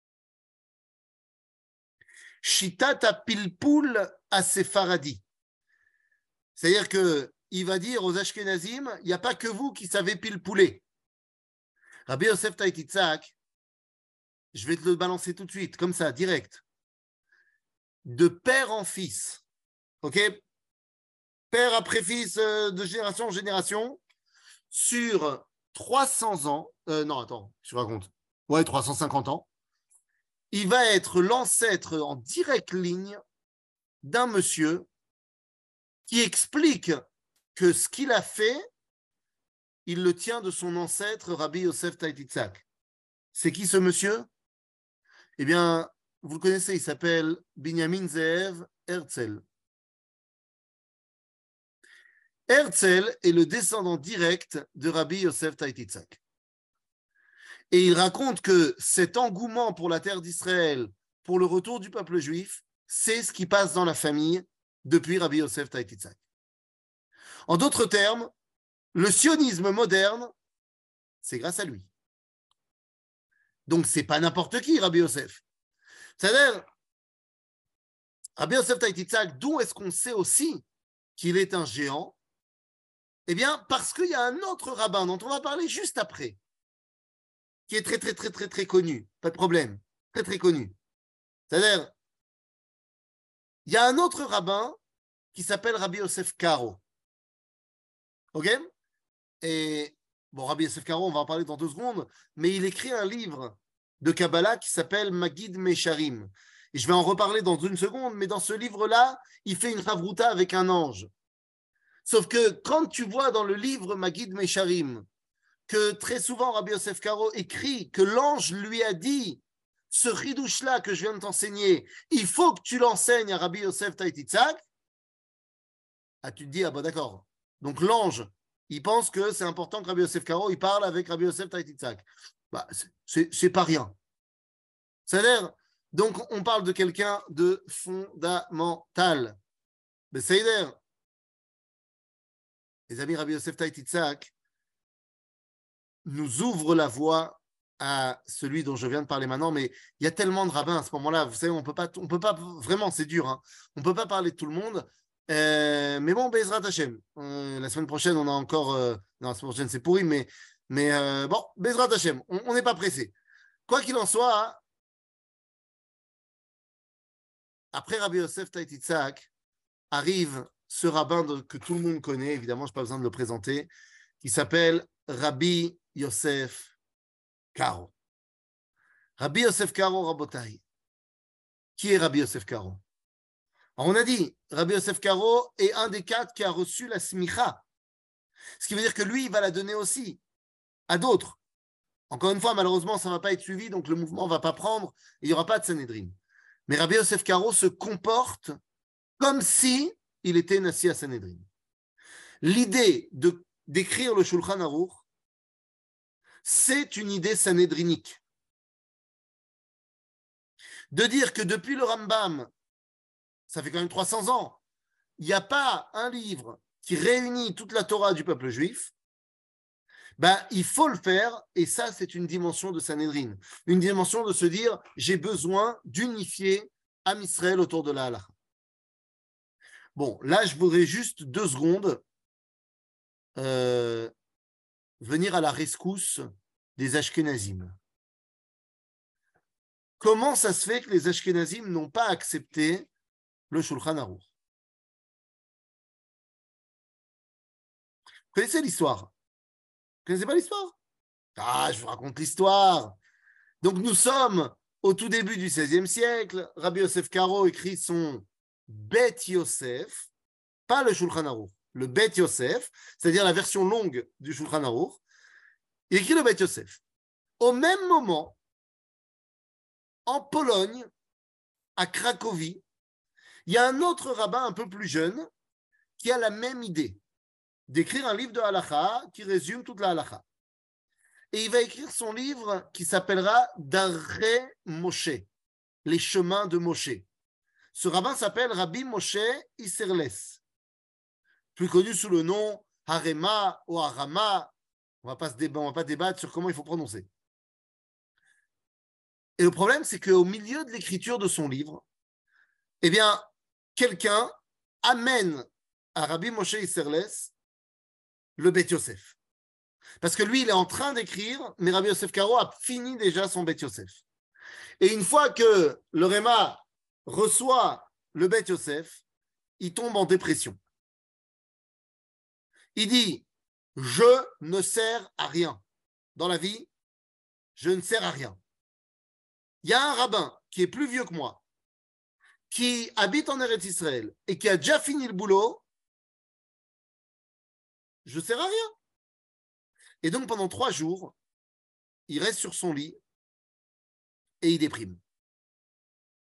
Shitat Pilpoul à Sepharadi. C'est-à-dire qu'il va dire aux Ashkenazim, il n'y a pas que vous qui savez pilpouler. Rabbi Yosef Taititzak, je vais te le balancer tout de suite, comme ça, direct. De père en fils, ok? Père après fils, de génération en génération, sur 300 ans, non, attends, je raconte. Ouais, 350 ans. Il va être l'ancêtre en directe ligne d'un monsieur qui explique que ce qu'il a fait, il le tient de son ancêtre Rabbi Yosef Taititzak. C'est qui ce monsieur? Eh bien, vous le connaissez, il s'appelle Binyamin Ze'ev Herzl. Herzl est le descendant direct de Rabbi Yosef Taïtitzak. Et il raconte que cet engouement pour la terre d'Israël, pour le retour du peuple juif, c'est ce qui passe dans la famille depuis Rabbi Yosef Taïtitzak. En d'autres termes, le sionisme moderne, c'est grâce à lui. Donc, ce n'est pas n'importe qui, Rabbi Yosef. C'est-à-dire, Rabbi Yosef Taïtitzak, d'où est-ce qu'on sait aussi qu'il est un géant? Eh bien, parce qu'il y a un autre rabbin dont on va parler juste après, qui est très connu, pas de problème, très connu. C'est-à-dire, il y a un autre rabbin qui s'appelle Rabbi Yosef Karo. Ok? Et bon, Rabbi Yosef Karo, on va en parler dans 2 secondes, mais il écrit un livre de Kabbalah qui s'appelle Magid Mesharim. Et je vais en reparler dans 1 seconde, mais dans ce livre-là, il fait une chavruta avec un ange. Sauf que quand tu vois dans le livre Magid Mesharim que très souvent Rabbi Yosef Karo écrit que l'ange lui a dit ce ridouche-là que je viens de t'enseigner, il faut que tu l'enseignes à Rabbi Yosef Taïtitzak, ah, tu te dis, ah bah d'accord. Donc l'ange, il pense que c'est important que Rabbi Yosef Karo, il parle avec Rabbi Yosef Taïtitzak. Bah, c'est pas rien. C'est-à-dire, donc on parle de quelqu'un de fondamental. Mais c'est-à-dire, les amis, Rabbi Yosef Taïtitzak nous ouvre la voie à celui dont je viens de parler maintenant, mais il y a tellement de rabbins à ce moment-là, vous savez, on peut pas vraiment, c'est dur, hein, on peut pas parler de tout le monde, mais bon, Bezrat Hashem, la semaine prochaine, on a encore, non, la semaine prochaine, c'est pourri, mais bon, Bezrat Hashem, on n'est pas pressé. Quoi qu'il en soit, hein, après Rabbi Yosef Taïtitzak, arrive ce rabbin que tout le monde connaît, évidemment, je n'ai pas besoin de le présenter, qui s'appelle Rabbi Yosef Karo. Rabbi Yosef Karo, Rabotai. Qui est Rabbi Yosef Karo? Alors on a dit, Rabbi Yosef Karo est un des 4 qui a reçu la smicha. Ce qui veut dire que lui, il va la donner aussi à d'autres. Encore une fois, malheureusement, ça ne va pas être suivi, donc le mouvement ne va pas prendre, et il n'y aura pas de Sanhedrin. Mais Rabbi Yosef Karo se comporte comme si il était Nassi à Sanhedrin. L'idée d'écrire le Shulchan Aruch, c'est une idée sanhédrinique. De dire que depuis le Rambam, ça fait quand même 300 ans, il n'y a pas un livre qui réunit toute la Torah du peuple juif, ben, il faut le faire, et ça, c'est une dimension de Sanhédrin. Une dimension de se dire, j'ai besoin d'unifier Am Israël autour de la halakha. Bon, là, je voudrais juste 2 secondes venir à la rescousse des Ashkenazim. Comment ça se fait que les Ashkenazim n'ont pas accepté le Shulchan Aruch? Vous connaissez l'histoire? Vous connaissez pas l'histoire? Ah, je vous raconte l'histoire. Donc nous sommes au tout début du XVIe siècle. Rabbi Yosef Karo écrit son Bet Yosef, pas le Shulchan Aruch, le Bet Yosef, c'est-à-dire la version longue du Shulchan Aruch. Il écrit le Bet Yosef. Au même moment, en Pologne, à Cracovie, il y a un autre rabbin un peu plus jeune qui a la même idée d'écrire un livre de halakha qui résume toute la halakha. Et il va écrire son livre qui s'appellera Darré Moshe, les chemins de Moshe. Ce rabbin s'appelle Rabbi Moshe Isserles, plus connu sous le nom Harema ou Harama. On ne va pas débattre sur comment il faut prononcer. Et le problème, c'est qu'au milieu de l'écriture de son livre, eh bien, quelqu'un amène à Rabbi Moshe Isserles le Bet Yosef. Parce que lui, il est en train d'écrire, mais Rabbi Yosef Karo a fini déjà son Bet Yosef. Et une fois que le Réma reçoit le Bet Yosef, il tombe en dépression. Il dit, je ne sers à rien. Dans la vie, je ne sers à rien. Il y a un rabbin qui est plus vieux que moi, qui habite en Eretz Israël et qui a déjà fini le boulot, je ne sers à rien. Et donc, pendant 3 jours, il reste sur son lit et il déprime.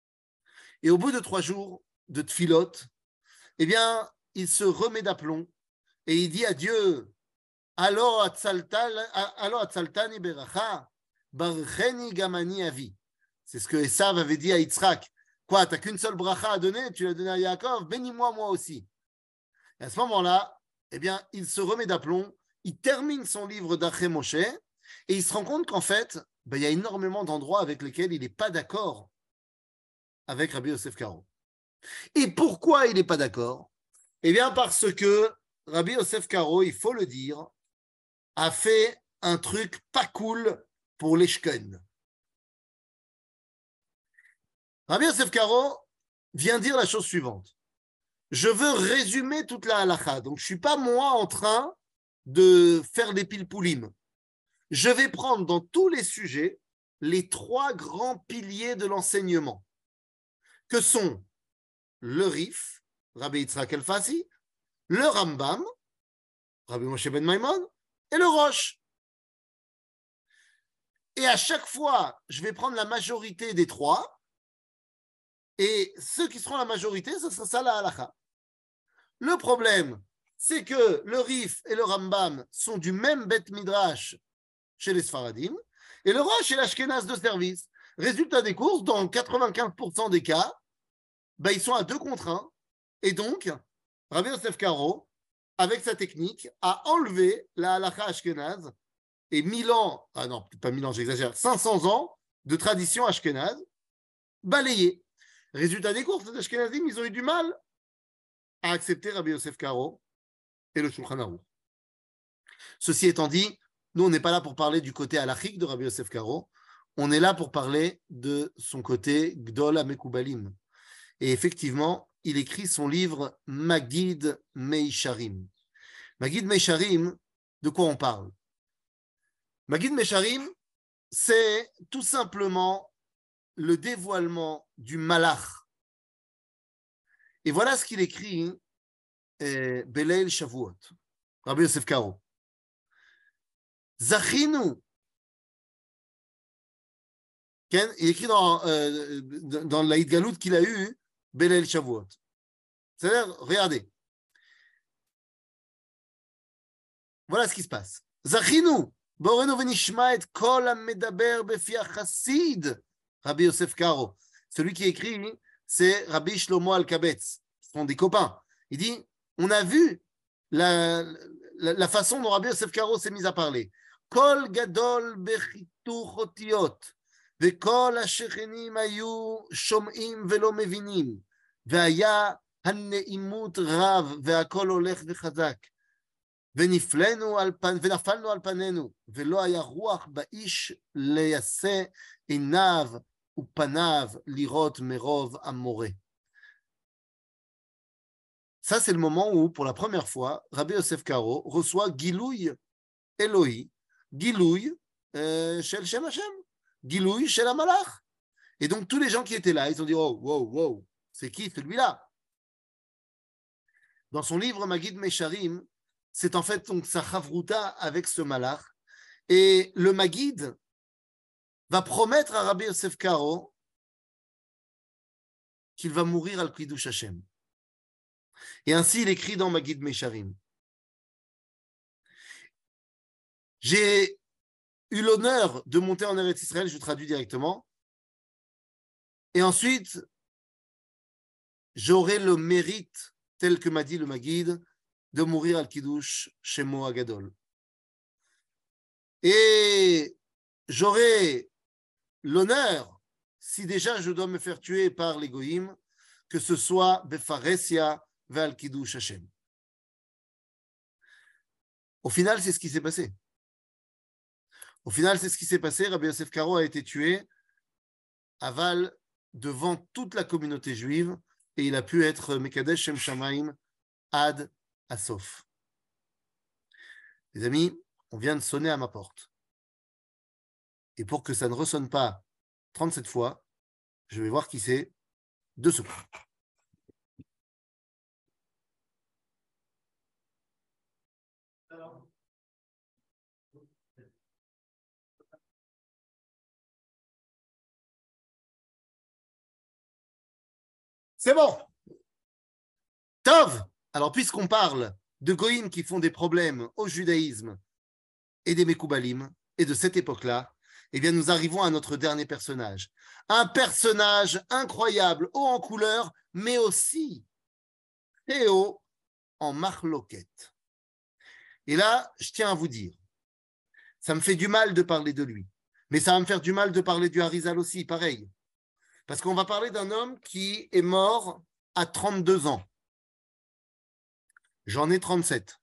Et au bout de 3 jours de tfilot, eh bien, il se remet d'aplomb et il dit à Dieu, Alo atzaltani beracha, barcheni gamani avi. C'est ce que Esav avait dit à Yitzhak. Quoi, t'as qu'une seule bracha à donner, tu l'as donné à Yaakov, bénis-moi moi aussi. Et à ce moment-là, eh bien, il se remet d'aplomb, il termine son livre d'Achré Moshe, et il se rend compte qu'en fait, il y a énormément d'endroits avec lesquels il n'est pas d'accord avec Rabbi Yosef Karo. Et pourquoi il n'est pas d'accord? Eh bien, parce que Rabbi Yosef Karo, il faut le dire, a fait un truc pas cool pour les Shken. Rabbi Yosef Karo vient dire la chose suivante. Je veux résumer toute la halakha. Donc, je ne suis pas, moi, en train de faire des pilpoulim. Je vais prendre dans tous les sujets les 3 grands piliers de l'enseignement, que sont le Rif, Rabbi Yitzhak El-Fassi, le Rambam, Rabbi Moshe ben Maimon, et le Rosh. Et à chaque fois, je vais prendre la majorité des 3, et ceux qui seront la majorité, ce sera ça la halakha. Le problème, c'est que le Rif et le Rambam sont du même Bet Midrash chez les Sfaradim, et le Rosh est l'Ashkenaz de service. Résultat des courses, dans 95% des cas, ils sont à 2 contre 1, et donc, Rabbi Yosef Karo, avec sa technique, a enlevé la halakha Ashkenaz, et 1000 ans, ah non, pas 1000 ans, j'exagère, 500 ans de tradition Ashkenaz, balayé. Résultat des courses, les Ashkenazim, ils ont eu du mal à accepter Rabbi Yosef Karo et le Shulchan Aruch. Ceci étant dit, nous, on n'est pas là pour parler du côté halachique de Rabbi Yosef Karo, on est là pour parler de son côté Gdol HaMekoubalim. Et effectivement, il écrit son livre Magid Meisharim. Magid Meisharim, de quoi on parle? Magid Meisharim, c'est tout simplement le dévoilement du malach. Et voilà ce qu'il écrit Beleil Shavuot, Rabbi Yosef Karo. Zachinu. Il écrit dans la Hidgalout qu'il a eu Beleil Shavuot. C'est-à-dire, regardez. Voilà ce qui se passe. Zachinu. Borenu venishma et kol ha-medaber befi ha-chassid. Rabbi Yosef Karo. Celui qui écrit, c'est Rabbi Shlomo Alkabetz. Ce sont des copains. Il dit, on a vu la façon dont Rabbi Yosef Karo s'est mis à parler. Kol gadol bechituch otiyot. וכל השכנים היו שומעים ולא מבינים, והיה הנעימות רב, והכל הולך וחזק, ונפלנו ונפלנו על פנינו, ולא היה רוח באיש ליישא עיניו ופניו לראות מרוב המורה. Ça, c'est le moment où, pour la première fois, Rabbi Yosef Karo reçoit Gilouï Elohi, Gilouï Shel Shem Hashem. Gilouï chez la Malach. Et donc, tous les gens qui étaient là, ils ont dit, oh, wow, wow, c'est qui celui-là? Dans son livre Magid Meisharim, c'est en fait donc sa chavruta avec ce Malach. Et le Magid va promettre à Rabbi Yosef Karo qu'il va mourir al Kiddush Hashem. Et ainsi, il écrit dans Magid Meisharim. J'ai eu l'honneur de monter en Eretz Israël, je traduis directement, et ensuite, j'aurai le mérite, tel que m'a dit le Maguid, de mourir al Kiddush Shemo Agadol. Et j'aurai l'honneur, si déjà je dois me faire tuer par les Goïm, que ce soit Befaresia ve'al Kiddush Hashem. Au final, c'est ce qui s'est passé. Au final, c'est ce qui s'est passé. Rabbi Yosef Karo a été tué à Val devant toute la communauté juive et il a pu être Mekadesh Shem Shamaim ad Asof. Les amis, on vient de sonner à ma porte. Et pour que ça ne ressonne pas 37 fois, je vais voir qui c'est. 2 secondes. C'est bon. Tov. Alors, puisqu'on parle de goïms qui font des problèmes au judaïsme et des Mekoubalim, et de cette époque-là, eh bien, nous arrivons à notre dernier personnage. Un personnage incroyable, haut en couleur, mais aussi très haut en marloquette. Et là, je tiens à vous dire, ça me fait du mal de parler de lui, mais ça va me faire du mal de parler du Harizal aussi, pareil. Parce qu'on va parler d'un homme qui est mort à 32 ans. J'en ai 37.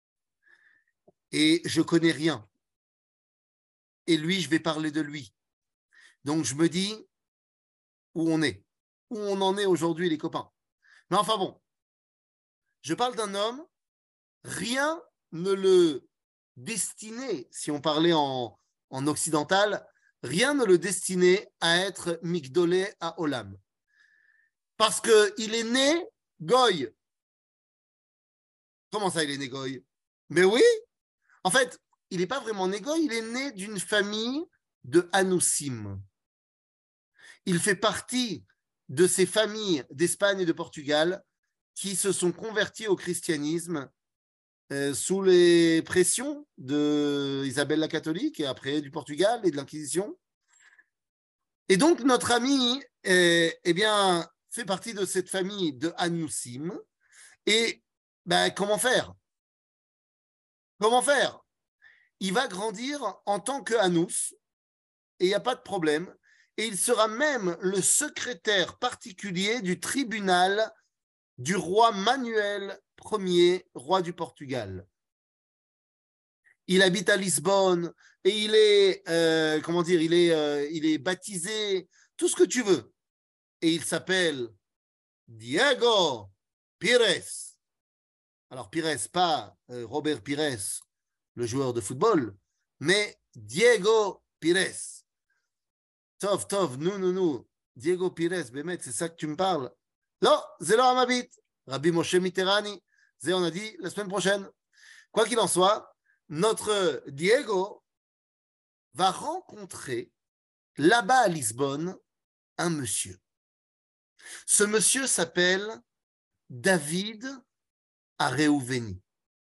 Et je connais rien. Et lui, je vais parler de lui. Donc, je me dis où on est, où on en est aujourd'hui, les copains. Mais enfin bon, je parle d'un homme, rien ne le destinait, si on parlait en occidental, rien ne le destinait à être Migdolé à Olam. Parce qu'il est né Goy. Comment ça, il est né Goy? Mais oui, en fait, il n'est pas vraiment né Goy, il est né d'une famille de Hanoussim. Il fait partie de ces familles d'Espagne et de Portugal qui se sont converties au christianisme sous les pressions d'Isabelle la catholique et après du Portugal et de l'Inquisition. Et donc, notre ami eh bien, fait partie de cette famille de Hanoussim. Et ben, comment faire? Comment faire? Il va grandir en tant que Hanous, et il n'y a pas de problème. Et il sera même le secrétaire particulier du tribunal du roi Manuel Ier, roi du Portugal. Il habite à Lisbonne et il est, il est baptisé, tout ce que tu veux. Et il s'appelle Diego Pires. Alors Pires, pas Robert Pires, le joueur de football, mais Diego Pires. Tov, nous. Diego Pires, Bémet, c'est ça que tu me parles? Non, c'est là Hamabit. Rabbi Moshe Mitterrani. On a dit la semaine prochaine. Quoi qu'il en soit, notre Diego va rencontrer là-bas à Lisbonne un monsieur. Ce monsieur s'appelle David Areouveni.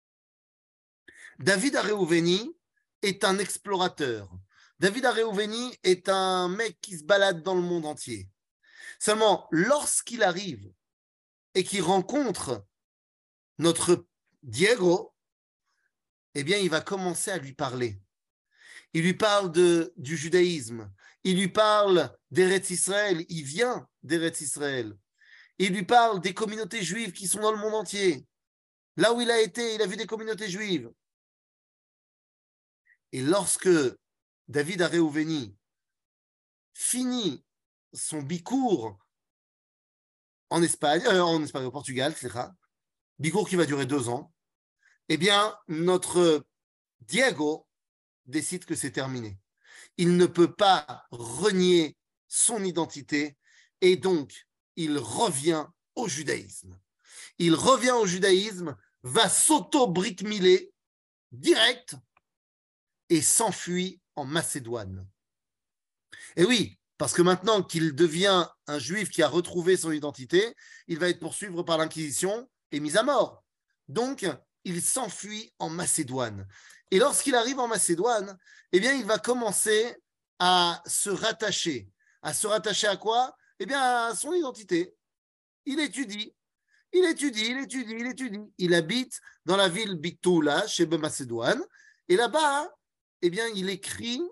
David Areouveni est un explorateur. David Areouveni est un mec qui se balade dans le monde entier. Seulement, lorsqu'il arrive et qu'il rencontre notre Diego, eh bien, il va commencer à lui parler. Il lui parle du judaïsme. Il lui parle d'Eretz Israël. Il vient d'Eretz Israël. Il lui parle des communautés juives qui sont dans le monde entier. Là où il a été, il a vu des communautés juives. Et lorsque David Areouveni finit son bicours en Espagne, au Portugal, etc., bicours qui va durer 2 ans, eh bien, notre Diego décide que c'est terminé. Il ne peut pas renier son identité et donc il revient au judaïsme. Il revient au judaïsme, va s'auto-brit-miler direct et s'enfuit en Macédoine. Et oui, parce que maintenant qu'il devient un juif qui a retrouvé son identité, il va être poursuivi par l'Inquisition et mis à mort. Donc, il s'enfuit en Macédoine. Et lorsqu'il arrive en Macédoine, eh bien, il va commencer à se rattacher. À se rattacher à quoi? Eh bien, à son identité. Il étudie. Il habite dans la ville Bitoula, chez Macédoine. Et là-bas, eh bien, il écrit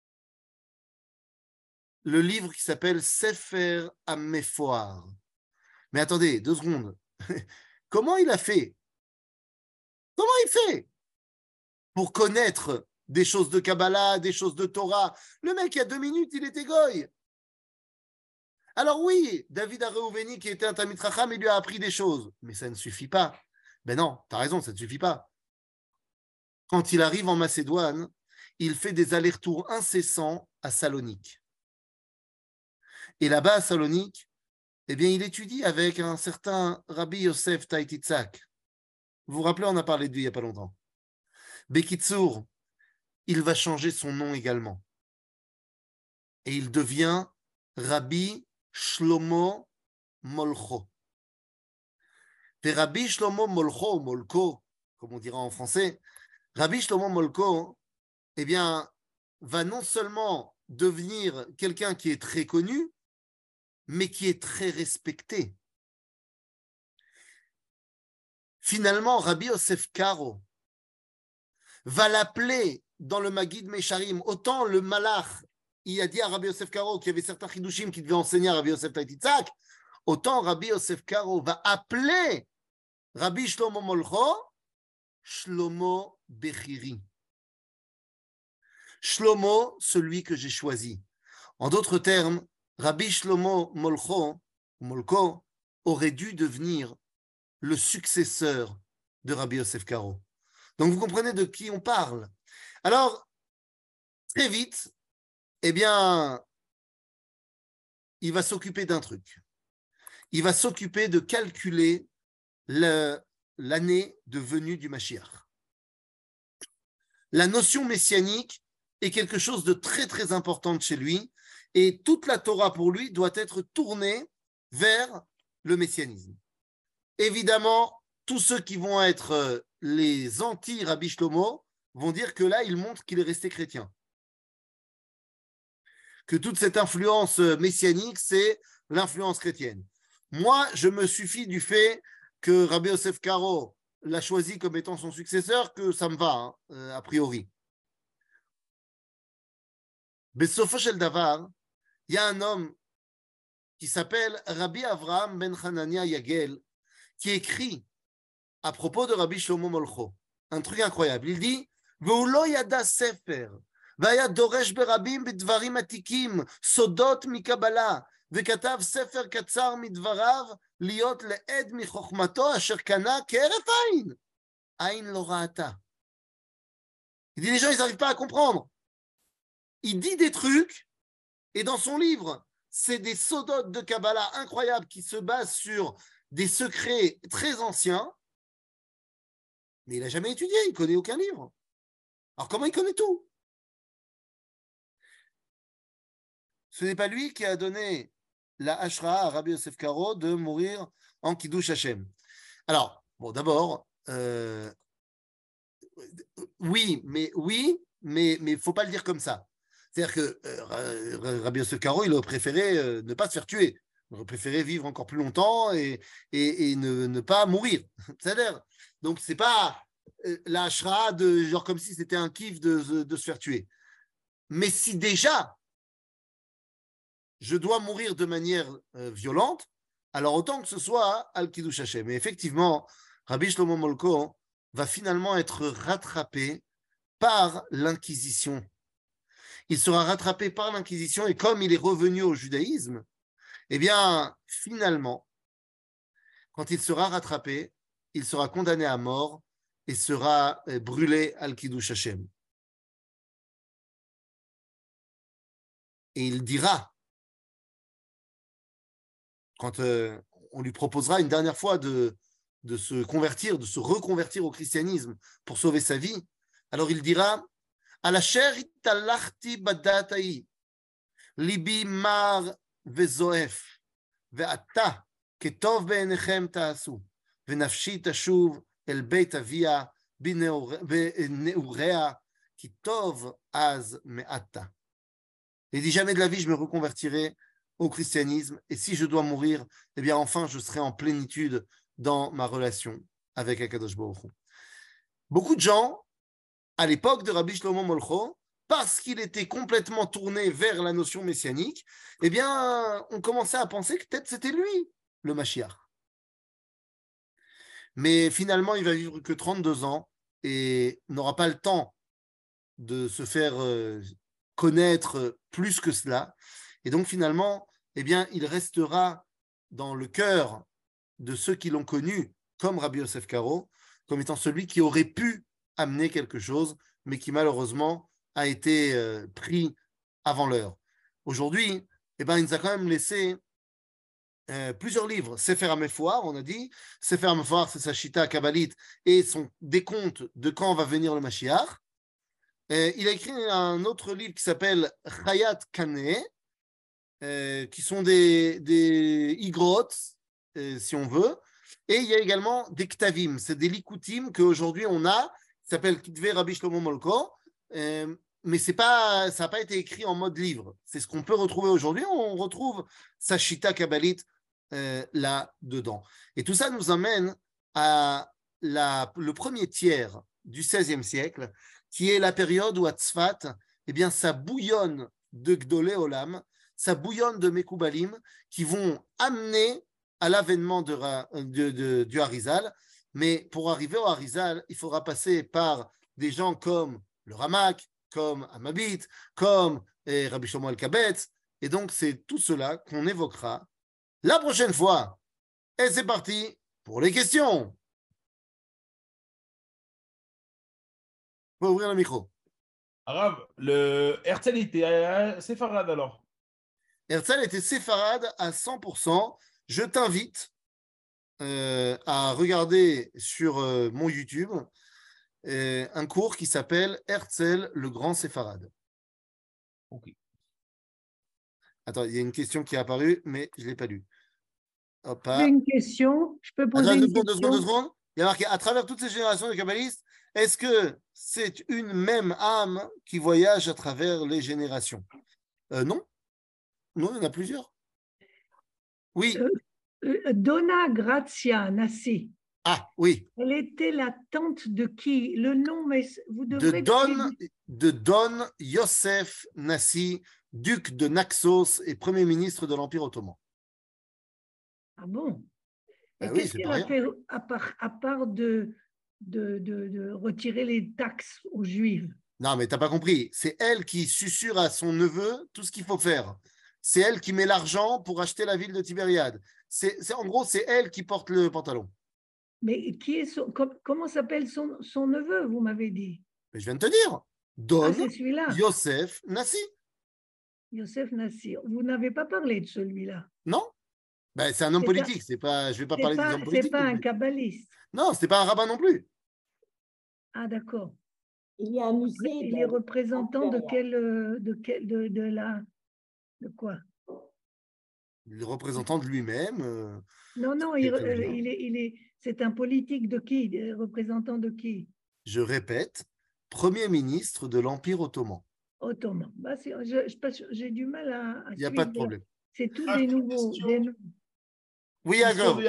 le livre qui s'appelle Sefer HaMefoar. Mais attendez, 2 secondes. Comment il a fait? Comment il fait pour connaître des choses de Kabbalah, des choses de Torah? Le mec, il y a 2 minutes, il était goy. Alors oui, David Areouveni, qui était un Talmid Chacham, il lui a appris des choses. Mais ça ne suffit pas. Ben non, tu as raison, ça ne suffit pas. Quand il arrive en Macédoine, il fait des allers-retours incessants à Salonique. Et là-bas, à Salonique, eh bien, il étudie avec un certain Rabbi Yosef Taïtitzak. Vous vous rappelez, on a parlé de lui il n'y a pas longtemps. Bekitsour, il va changer son nom également. Et il devient Rabbi Shlomo Molcho. Et Rabbi Shlomo Molcho, Molko, comme on dira en français, Rabbi Shlomo Molko, eh bien, va non seulement devenir quelqu'un qui est très connu, mais qui est très respecté. Finalement, Rabbi Yosef Karo va l'appeler dans le Maggid Mesharim. Autant le Malach, il a dit à Rabbi Yosef Karo qu'il y avait certains chidushim qui devaient enseigner à Rabbi Yosef Taititzak, autant Rabbi Yosef Karo va appeler Rabbi Shlomo Molcho Shlomo Bechiri. Shlomo, celui que j'ai choisi. En d'autres termes, Rabbi Shlomo Molko aurait dû devenir le successeur de Rabbi Yosef Karo. Donc vous comprenez de qui on parle. Alors, très vite, eh bien, il va s'occuper d'un truc. Il va s'occuper de calculer l'année de venue du Mashiach. La notion messianique est quelque chose de très, très important chez lui, et toute la Torah, pour lui, doit être tournée vers le messianisme. Évidemment, tous ceux qui vont être les anti-Rabbi Shlomo vont dire que là, il montre qu'il est resté chrétien. Que toute cette influence messianique, c'est l'influence chrétienne. Moi, je me suffis du fait que Rabbi Yosef Karo l'a choisi comme étant son successeur, que ça me va, a priori. Besofo shel davar, il y a un homme qui s'appelle Rabbi Avraham ben Hanania Yagel, qui écrit à propos de Rabbi Shlomo Molcho un truc incroyable. Il dit Ve'ulo yada sefer, vaya doresh berabim bidvarim atikim, sodot mikabala, וכתב ספר קצר מדבריו להיות לעד מחוכמתו אשר קנה כהרף עין. עין לא ראתה. Il dit les gens, ils n'arrivent pas à comprendre. Il dit des trucs, et dans son livre, c'est des sodotes de Kabbalah incroyables qui se basent sur des secrets très anciens, mais il n'a jamais étudié, il ne connaît aucun livre. Alors comment il connaît tout? Ce n'est pas lui qui a donné la Hashra à Rabbi Yosef Karo de mourir en Kiddush Hashem. Alors, bon, d'abord, oui, mais il ne faut pas le dire comme ça. C'est-à-dire que Rabbi Yosef Karo, il aurait préféré ne pas se faire tuer. Il aurait préféré vivre encore plus longtemps et ne pas mourir. C'est-à-dire, donc, ce n'est pas la Hashra de genre comme si c'était un kiff de se faire tuer. Mais si déjà je dois mourir de manière violente, alors autant que ce soit Al-Kiddush Hashem. Et effectivement, Rabbi Shlomo Molko va finalement être rattrapé par l'Inquisition. Il sera rattrapé par l'Inquisition et comme il est revenu au judaïsme, eh bien, finalement, quand il sera rattrapé, il sera condamné à mort et sera brûlé Al-Kiddush Hashem. Et il dira, quand on lui proposera une dernière fois de se convertir, de se reconvertir au christianisme pour sauver sa vie, alors il dira Al asher italachti badatai libi mar vezoef ve'ata ketov be'enechem ta'asu ve'nafshi tashuv el beit avia be'neurea ki tov az me'ata. Il dit jamais de la vie je me reconvertirai au christianisme, et si je dois mourir, eh bien enfin je serai en plénitude dans ma relation avec Akadosh Baruch Hu. Beaucoup de gens, à l'époque de Rabbi Shlomo Molcho, parce qu'il était complètement tourné vers la notion messianique, eh bien on commençait à penser que peut-être c'était lui, le Mashiach. Mais finalement, il va vivre que 32 ans et n'aura pas le temps de se faire connaître plus que cela. Et donc finalement, eh bien, il restera dans le cœur de ceux qui l'ont connu comme Rabbi Yosef Karo, comme étant celui qui aurait pu amener quelque chose, mais qui malheureusement a été pris avant l'heure. Aujourd'hui, eh ben, il nous a quand même laissé plusieurs livres. Sefer HaMefoar, on a dit. Sefer HaMefoar, c'est sa Shita kabbalite et son décompte de quand va venir le Mashiach. Il a écrit un autre livre qui s'appelle Chayat Kaneh, qui sont des igrots, si on veut. Et il y a également des ktavim, c'est des likutim qu'aujourd'hui on a, qui s'appelle Kitve Rabbi Shlomo Molko, mais ça n'a pas été écrit en mode livre. C'est ce qu'on peut retrouver aujourd'hui. On retrouve sa shita kabbalite là-dedans. Et tout ça nous amène à le premier tiers du XVIe siècle, qui est la période où à Tzfat, eh bien, ça bouillonne de Gdolé Olam, ça bouillonne de Mekoubalim, qui vont amener à l'avènement du Harizal. Mais pour arriver au Harizal, il faudra passer par des gens comme le Ramak, comme Amabit, comme Rabbi Shlomo Alkabetz. Et donc, c'est tout cela qu'on évoquera la prochaine fois. Et c'est parti pour les questions. On va ouvrir le micro. Arabe, le Herzl était séfarade alors. Herzl était séfarade à 100%. Je t'invite à regarder sur mon YouTube un cours qui s'appelle Herzl, le grand séfarade. Ok. Attends, il y a une question qui est apparue, mais je ne l'ai pas lue. J'ai une question. Je peux poser une question. Deux secondes. Il y a marqué, à travers toutes ces générations de kabbalistes, est-ce que c'est une même âme qui voyage à travers les générations? Non. Non, il y en a plusieurs. Oui. Donna Grazia Nassi. Ah, oui. Elle était la tante de qui? Le nom, mais vous devrez... De Don Yosef Nassi, duc de Naxos et premier ministre de l'Empire ottoman. Ah bon? Et oui, qu'est-ce qu'elle a fait à part de retirer les taxes aux Juifs? Non, mais tu n'as pas compris. C'est elle qui susurre à son neveu tout ce qu'il faut faire. C'est elle qui met l'argent pour acheter la ville de Tibériade. En gros, c'est elle qui porte le pantalon. Mais comment s'appelle son neveu, vous m'avez dit? Mais je viens de te dire. Don Yosef Nassi. Yosef Nassi. Vous n'avez pas parlé de celui-là? Non. Ben, c'est un homme politique. Je ne vais pas parler des hommes politiques. Ce n'est pas un kabbaliste. Non, ce n'est pas un rabbin non plus. Ah, d'accord. Il y a un musée. Il est représentant de quoi? Le représentant de lui-même. Non, c'est un politique de qui? Représentant de qui? Je répète, premier ministre de l'Empire ottoman. Ottoman. Bah, j'ai du mal à il n'y a pas de problème. C'est tous des nouveaux. Oui, Yaakov.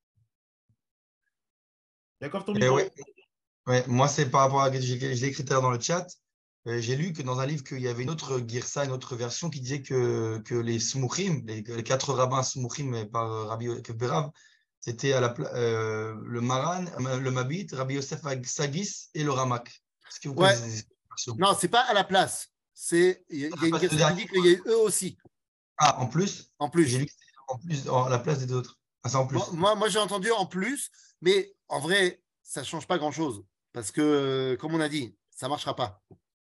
Yaakov, ton micro. Ouais, moi, c'est par rapport à ce que j'ai écrit dans le chat. J'ai lu que dans un livre qu'il y avait une autre girsa, une autre version qui disait que les smouchim, les 4 rabbins smouchim par Rabbi Berav, c'était le Maran, le Mabit, Rabbi Yosef Sagis et le Ramak. Est-ce que vous connaissez cette version? Non, c'est pas à la place. Il y a une question qui dit qu'il y a eux aussi. Ah, en plus? En plus. J'ai lu que c'était en plus, à la place des autres. Ah, c'est en plus. Moi j'ai entendu en plus, mais en vrai, ça ne change pas grand-chose. Parce que, comme on a dit, ça ne marchera pas.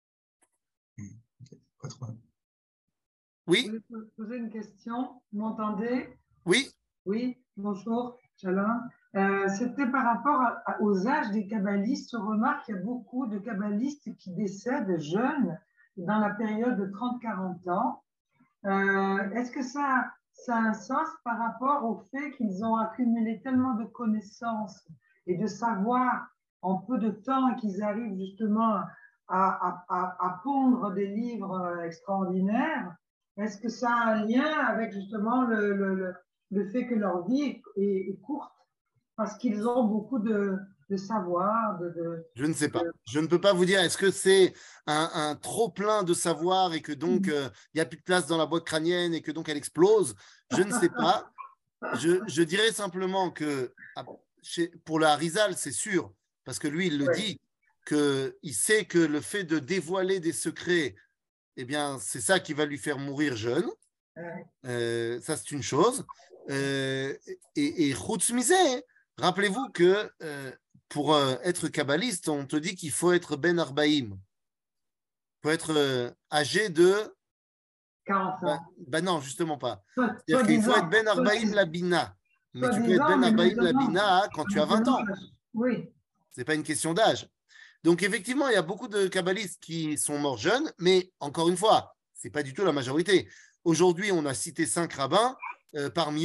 Oui. Je peux poser une question. Vous m'entendez? Oui. Oui, bonjour, Shalom. C'était par rapport aux âges des kabbalistes. On remarque qu'il y a beaucoup de kabbalistes qui décèdent jeunes dans la période de 30-40 ans. Est-ce que ça a un sens par rapport au fait qu'ils ont accumulé tellement de connaissances et de savoir en peu de temps et qu'ils arrivent justement à pondre des livres extraordinaires? Est-ce que ça a un lien avec justement le fait que leur vie est courte parce qu'ils ont beaucoup de savoir Je ne sais pas. Je ne peux pas vous dire, est-ce que c'est un trop plein de savoir et que donc il n'y a plus de place dans la boîte crânienne et que donc elle explose? Je ne sais pas. Je dirais simplement que pour le Harizal, c'est sûr, parce que lui, il le dit, qu'il sait que le fait de dévoiler des secrets, eh bien, c'est ça qui va lui faire mourir jeune. Ça, c'est une chose. Et Chutz Mizeh, rappelez-vous que pour être kabbaliste, on te dit qu'il faut être Ben Arbaïm. Il faut être âgé de 40 ans. Non, justement pas. C'est-à-dire qu'il faut être Ben Arbaïm la Bina. Mais tu peux être Ben Arbaïm la Bina quand tu as 20 ans. Oui. Ce n'est pas une question d'âge. Donc, effectivement, il y a beaucoup de kabbalistes qui sont morts jeunes, mais encore une fois, ce n'est pas du tout la majorité. Aujourd'hui, on a cité 5 rabbins. Parmi eux,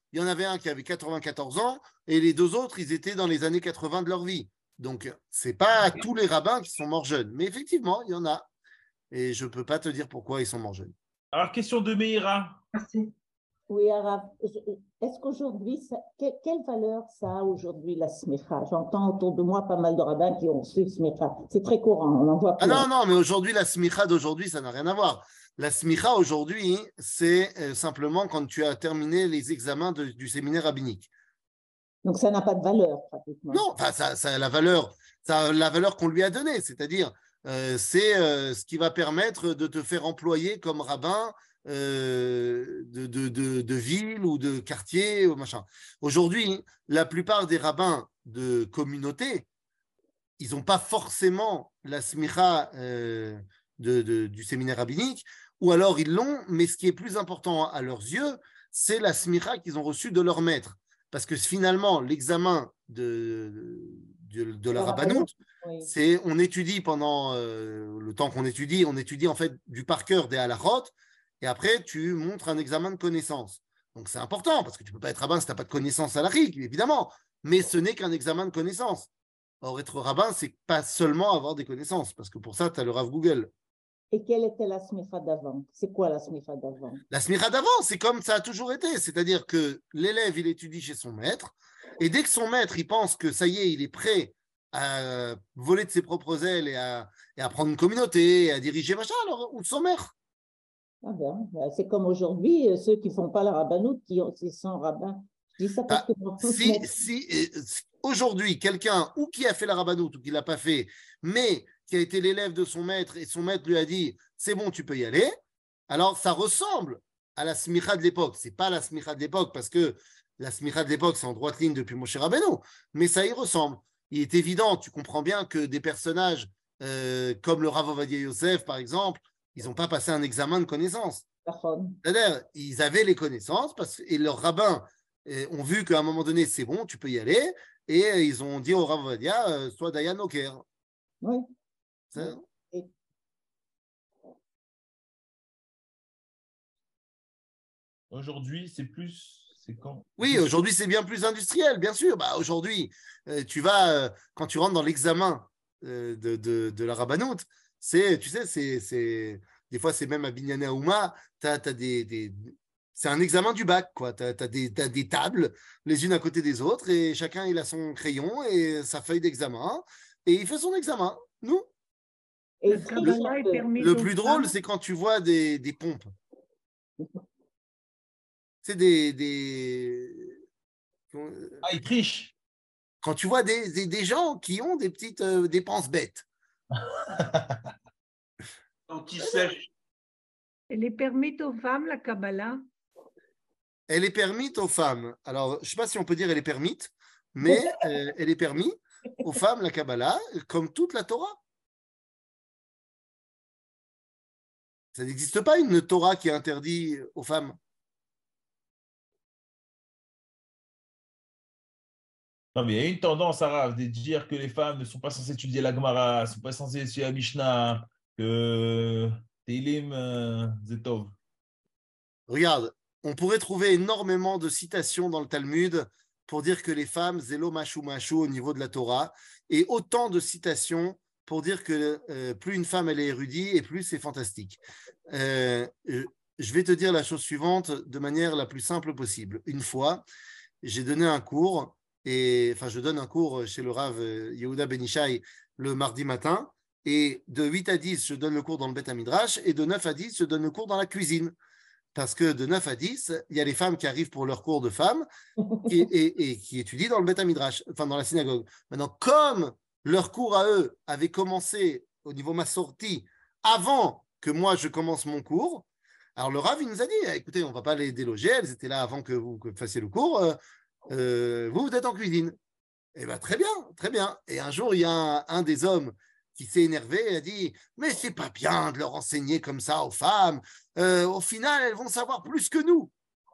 il y en avait un qui avait 94 ans et les deux autres, ils étaient dans les années 80 de leur vie. Donc, ce n'est pas tous les rabbins qui sont morts jeunes. Mais effectivement, il y en a. Et je ne peux pas te dire pourquoi ils sont morts jeunes. Alors, question de Meira. Merci. Oui, Arav, est-ce qu'aujourd'hui, quelle valeur ça a aujourd'hui la smicha? J'entends autour de moi pas mal de rabbins qui ont su smicha. C'est très courant, on en voit Ah plein. non, mais aujourd'hui, la smicha d'aujourd'hui, ça n'a rien à voir. La smicha aujourd'hui, c'est simplement quand tu as terminé les examens du séminaire rabbinique. Donc ça n'a pas de valeur pratiquement. Non, enfin, ça a la valeur qu'on lui a donnée, c'est-à-dire c'est ce qui va permettre de te faire employer comme rabbin de ville ou de quartier ou machin. Aujourd'hui, la plupart des rabbins de communauté, ils n'ont pas forcément la smicha du séminaire rabbinique, ou alors ils l'ont, mais ce qui est plus important à leurs yeux, c'est la smicha qu'ils ont reçue de leur maître. Parce que finalement, l'examen de la rabbanoute, oui. C'est on étudie pendant le temps qu'on étudie, on étudie en fait du par cœur des halachot, et après tu montres un examen de connaissance. Donc c'est important, parce que tu ne peux pas être rabbin si tu n'as pas de connaissance halachique, évidemment, mais ce n'est qu'un examen de connaissance. Or, être rabbin, ce n'est pas seulement avoir des connaissances, parce que pour ça, tu as le Rav Google. Et quelle était la smicha d'avant? C'est quoi la smicha d'avant? La smicha d'avant, c'est comme ça a toujours été. C'est-à-dire que l'élève, il étudie chez son maître, et dès que son maître, il pense que ça y est, il est prêt à voler de ses propres ailes et à prendre une communauté, et à diriger machin, alors on son maître. Ah ben, c'est comme aujourd'hui, ceux qui ne font pas la rabbanoute, qui sont rabbins. Je dis ça parce que aujourd'hui, quelqu'un ou qui a fait la rabbanoute ou qui ne l'a pas fait, mais qui a été l'élève de son maître et son maître lui a dit c'est bon, tu peux y aller, alors ça ressemble à la smicha de l'époque. Ce n'est pas la smicha de l'époque parce que la smicha de l'époque, c'est en droite ligne depuis Moshe Rabbeinu, mais ça y ressemble. Il est évident, tu comprends bien que des personnages comme le Rav Ovadia Yosef, par exemple, ils n'ont pas passé un examen de connaissances. C'est-à-dire, ils avaient les connaissances et leurs rabbins ont vu qu'à un moment donné, c'est bon, tu peux y aller, et ils ont dit au Rav Ovadia, sois Dayan Oker. Oui. Aujourd'hui, c'est quand? Oui, aujourd'hui, c'est bien plus industriel, bien sûr. Bah, aujourd'hui, tu vas, quand tu rentres dans l'examen de la rabbanoute, tu sais, des fois, c'est même à Binyané Aouma, c'est un examen du bac, quoi. Tu as des tables, les unes à côté des autres, et chacun, il a son crayon et sa feuille d'examen, et il fait son examen. Nous. Et le plus drôle, c'est quand tu vois des pompes. C'est Ah, ils trichent. Quand tu vois des gens qui ont des petites dépenses bêtes. Donc, ils sèchent. Elle est permise aux femmes, la Kabbalah? Elle est permise aux femmes. Alors, je ne sais pas si on peut dire elle est permise, mais elle est permise aux femmes, la Kabbalah, comme toute la Torah. Ça n'existe pas une Torah qui interdit aux femmes. Non, mais il y a une tendance arabe de dire que les femmes ne sont pas censées étudier la Gemara, ne sont pas censées étudier la Mishnah, que Teilim, Zetov. Regarde, on pourrait trouver énormément de citations dans le Talmud pour dire que les femmes, Zélo Machou Machou au niveau de la Torah, et autant de citations pour dire que plus une femme elle est érudite et plus c'est fantastique. Je vais te dire la chose suivante de manière la plus simple possible. Une fois, j'ai donné un cours, je donne un cours chez le Rav Yehuda Ben Ishai le mardi matin, et de 8 à 10, je donne le cours dans le Beth Midrash, et de 9 à 10, je donne le cours dans la cuisine. Parce que de 9 à 10, il y a les femmes qui arrivent pour leur cours de femmes et qui étudient dans le Beth Midrash, enfin dans la synagogue. Maintenant, comme leur cours à eux avait commencé au niveau ma sortie avant que moi je commence mon cours, alors le Rav il nous a dit, écoutez, on ne va pas les déloger, elles étaient là avant que vous fassiez le cours, vous êtes en cuisine. Eh bien, très bien, très bien. Et un jour, il y a un des hommes qui s'est énervé et a dit « Mais c'est pas bien de leur enseigner comme ça aux femmes. Au final, elles vont savoir plus que nous. »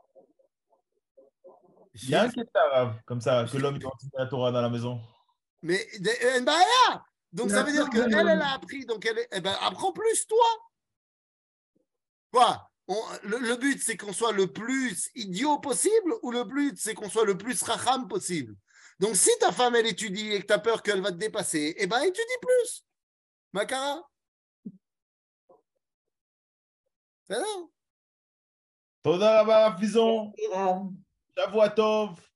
Il y a un qui est arabe, comme ça, que l'homme enseigne la Torah dans la maison. Mais donc ça veut dire qu'elle a appris, donc elle apprend plus, toi. Quoi? Le but, c'est qu'on soit le plus idiot possible ou le but, c'est qu'on soit le plus racham possible. Donc, si ta femme, elle étudie et que tu as peur qu'elle va te dépasser, eh bien, étudie plus. Makara. C'est ça. Toda Rabba, Fison. Shavua Tov.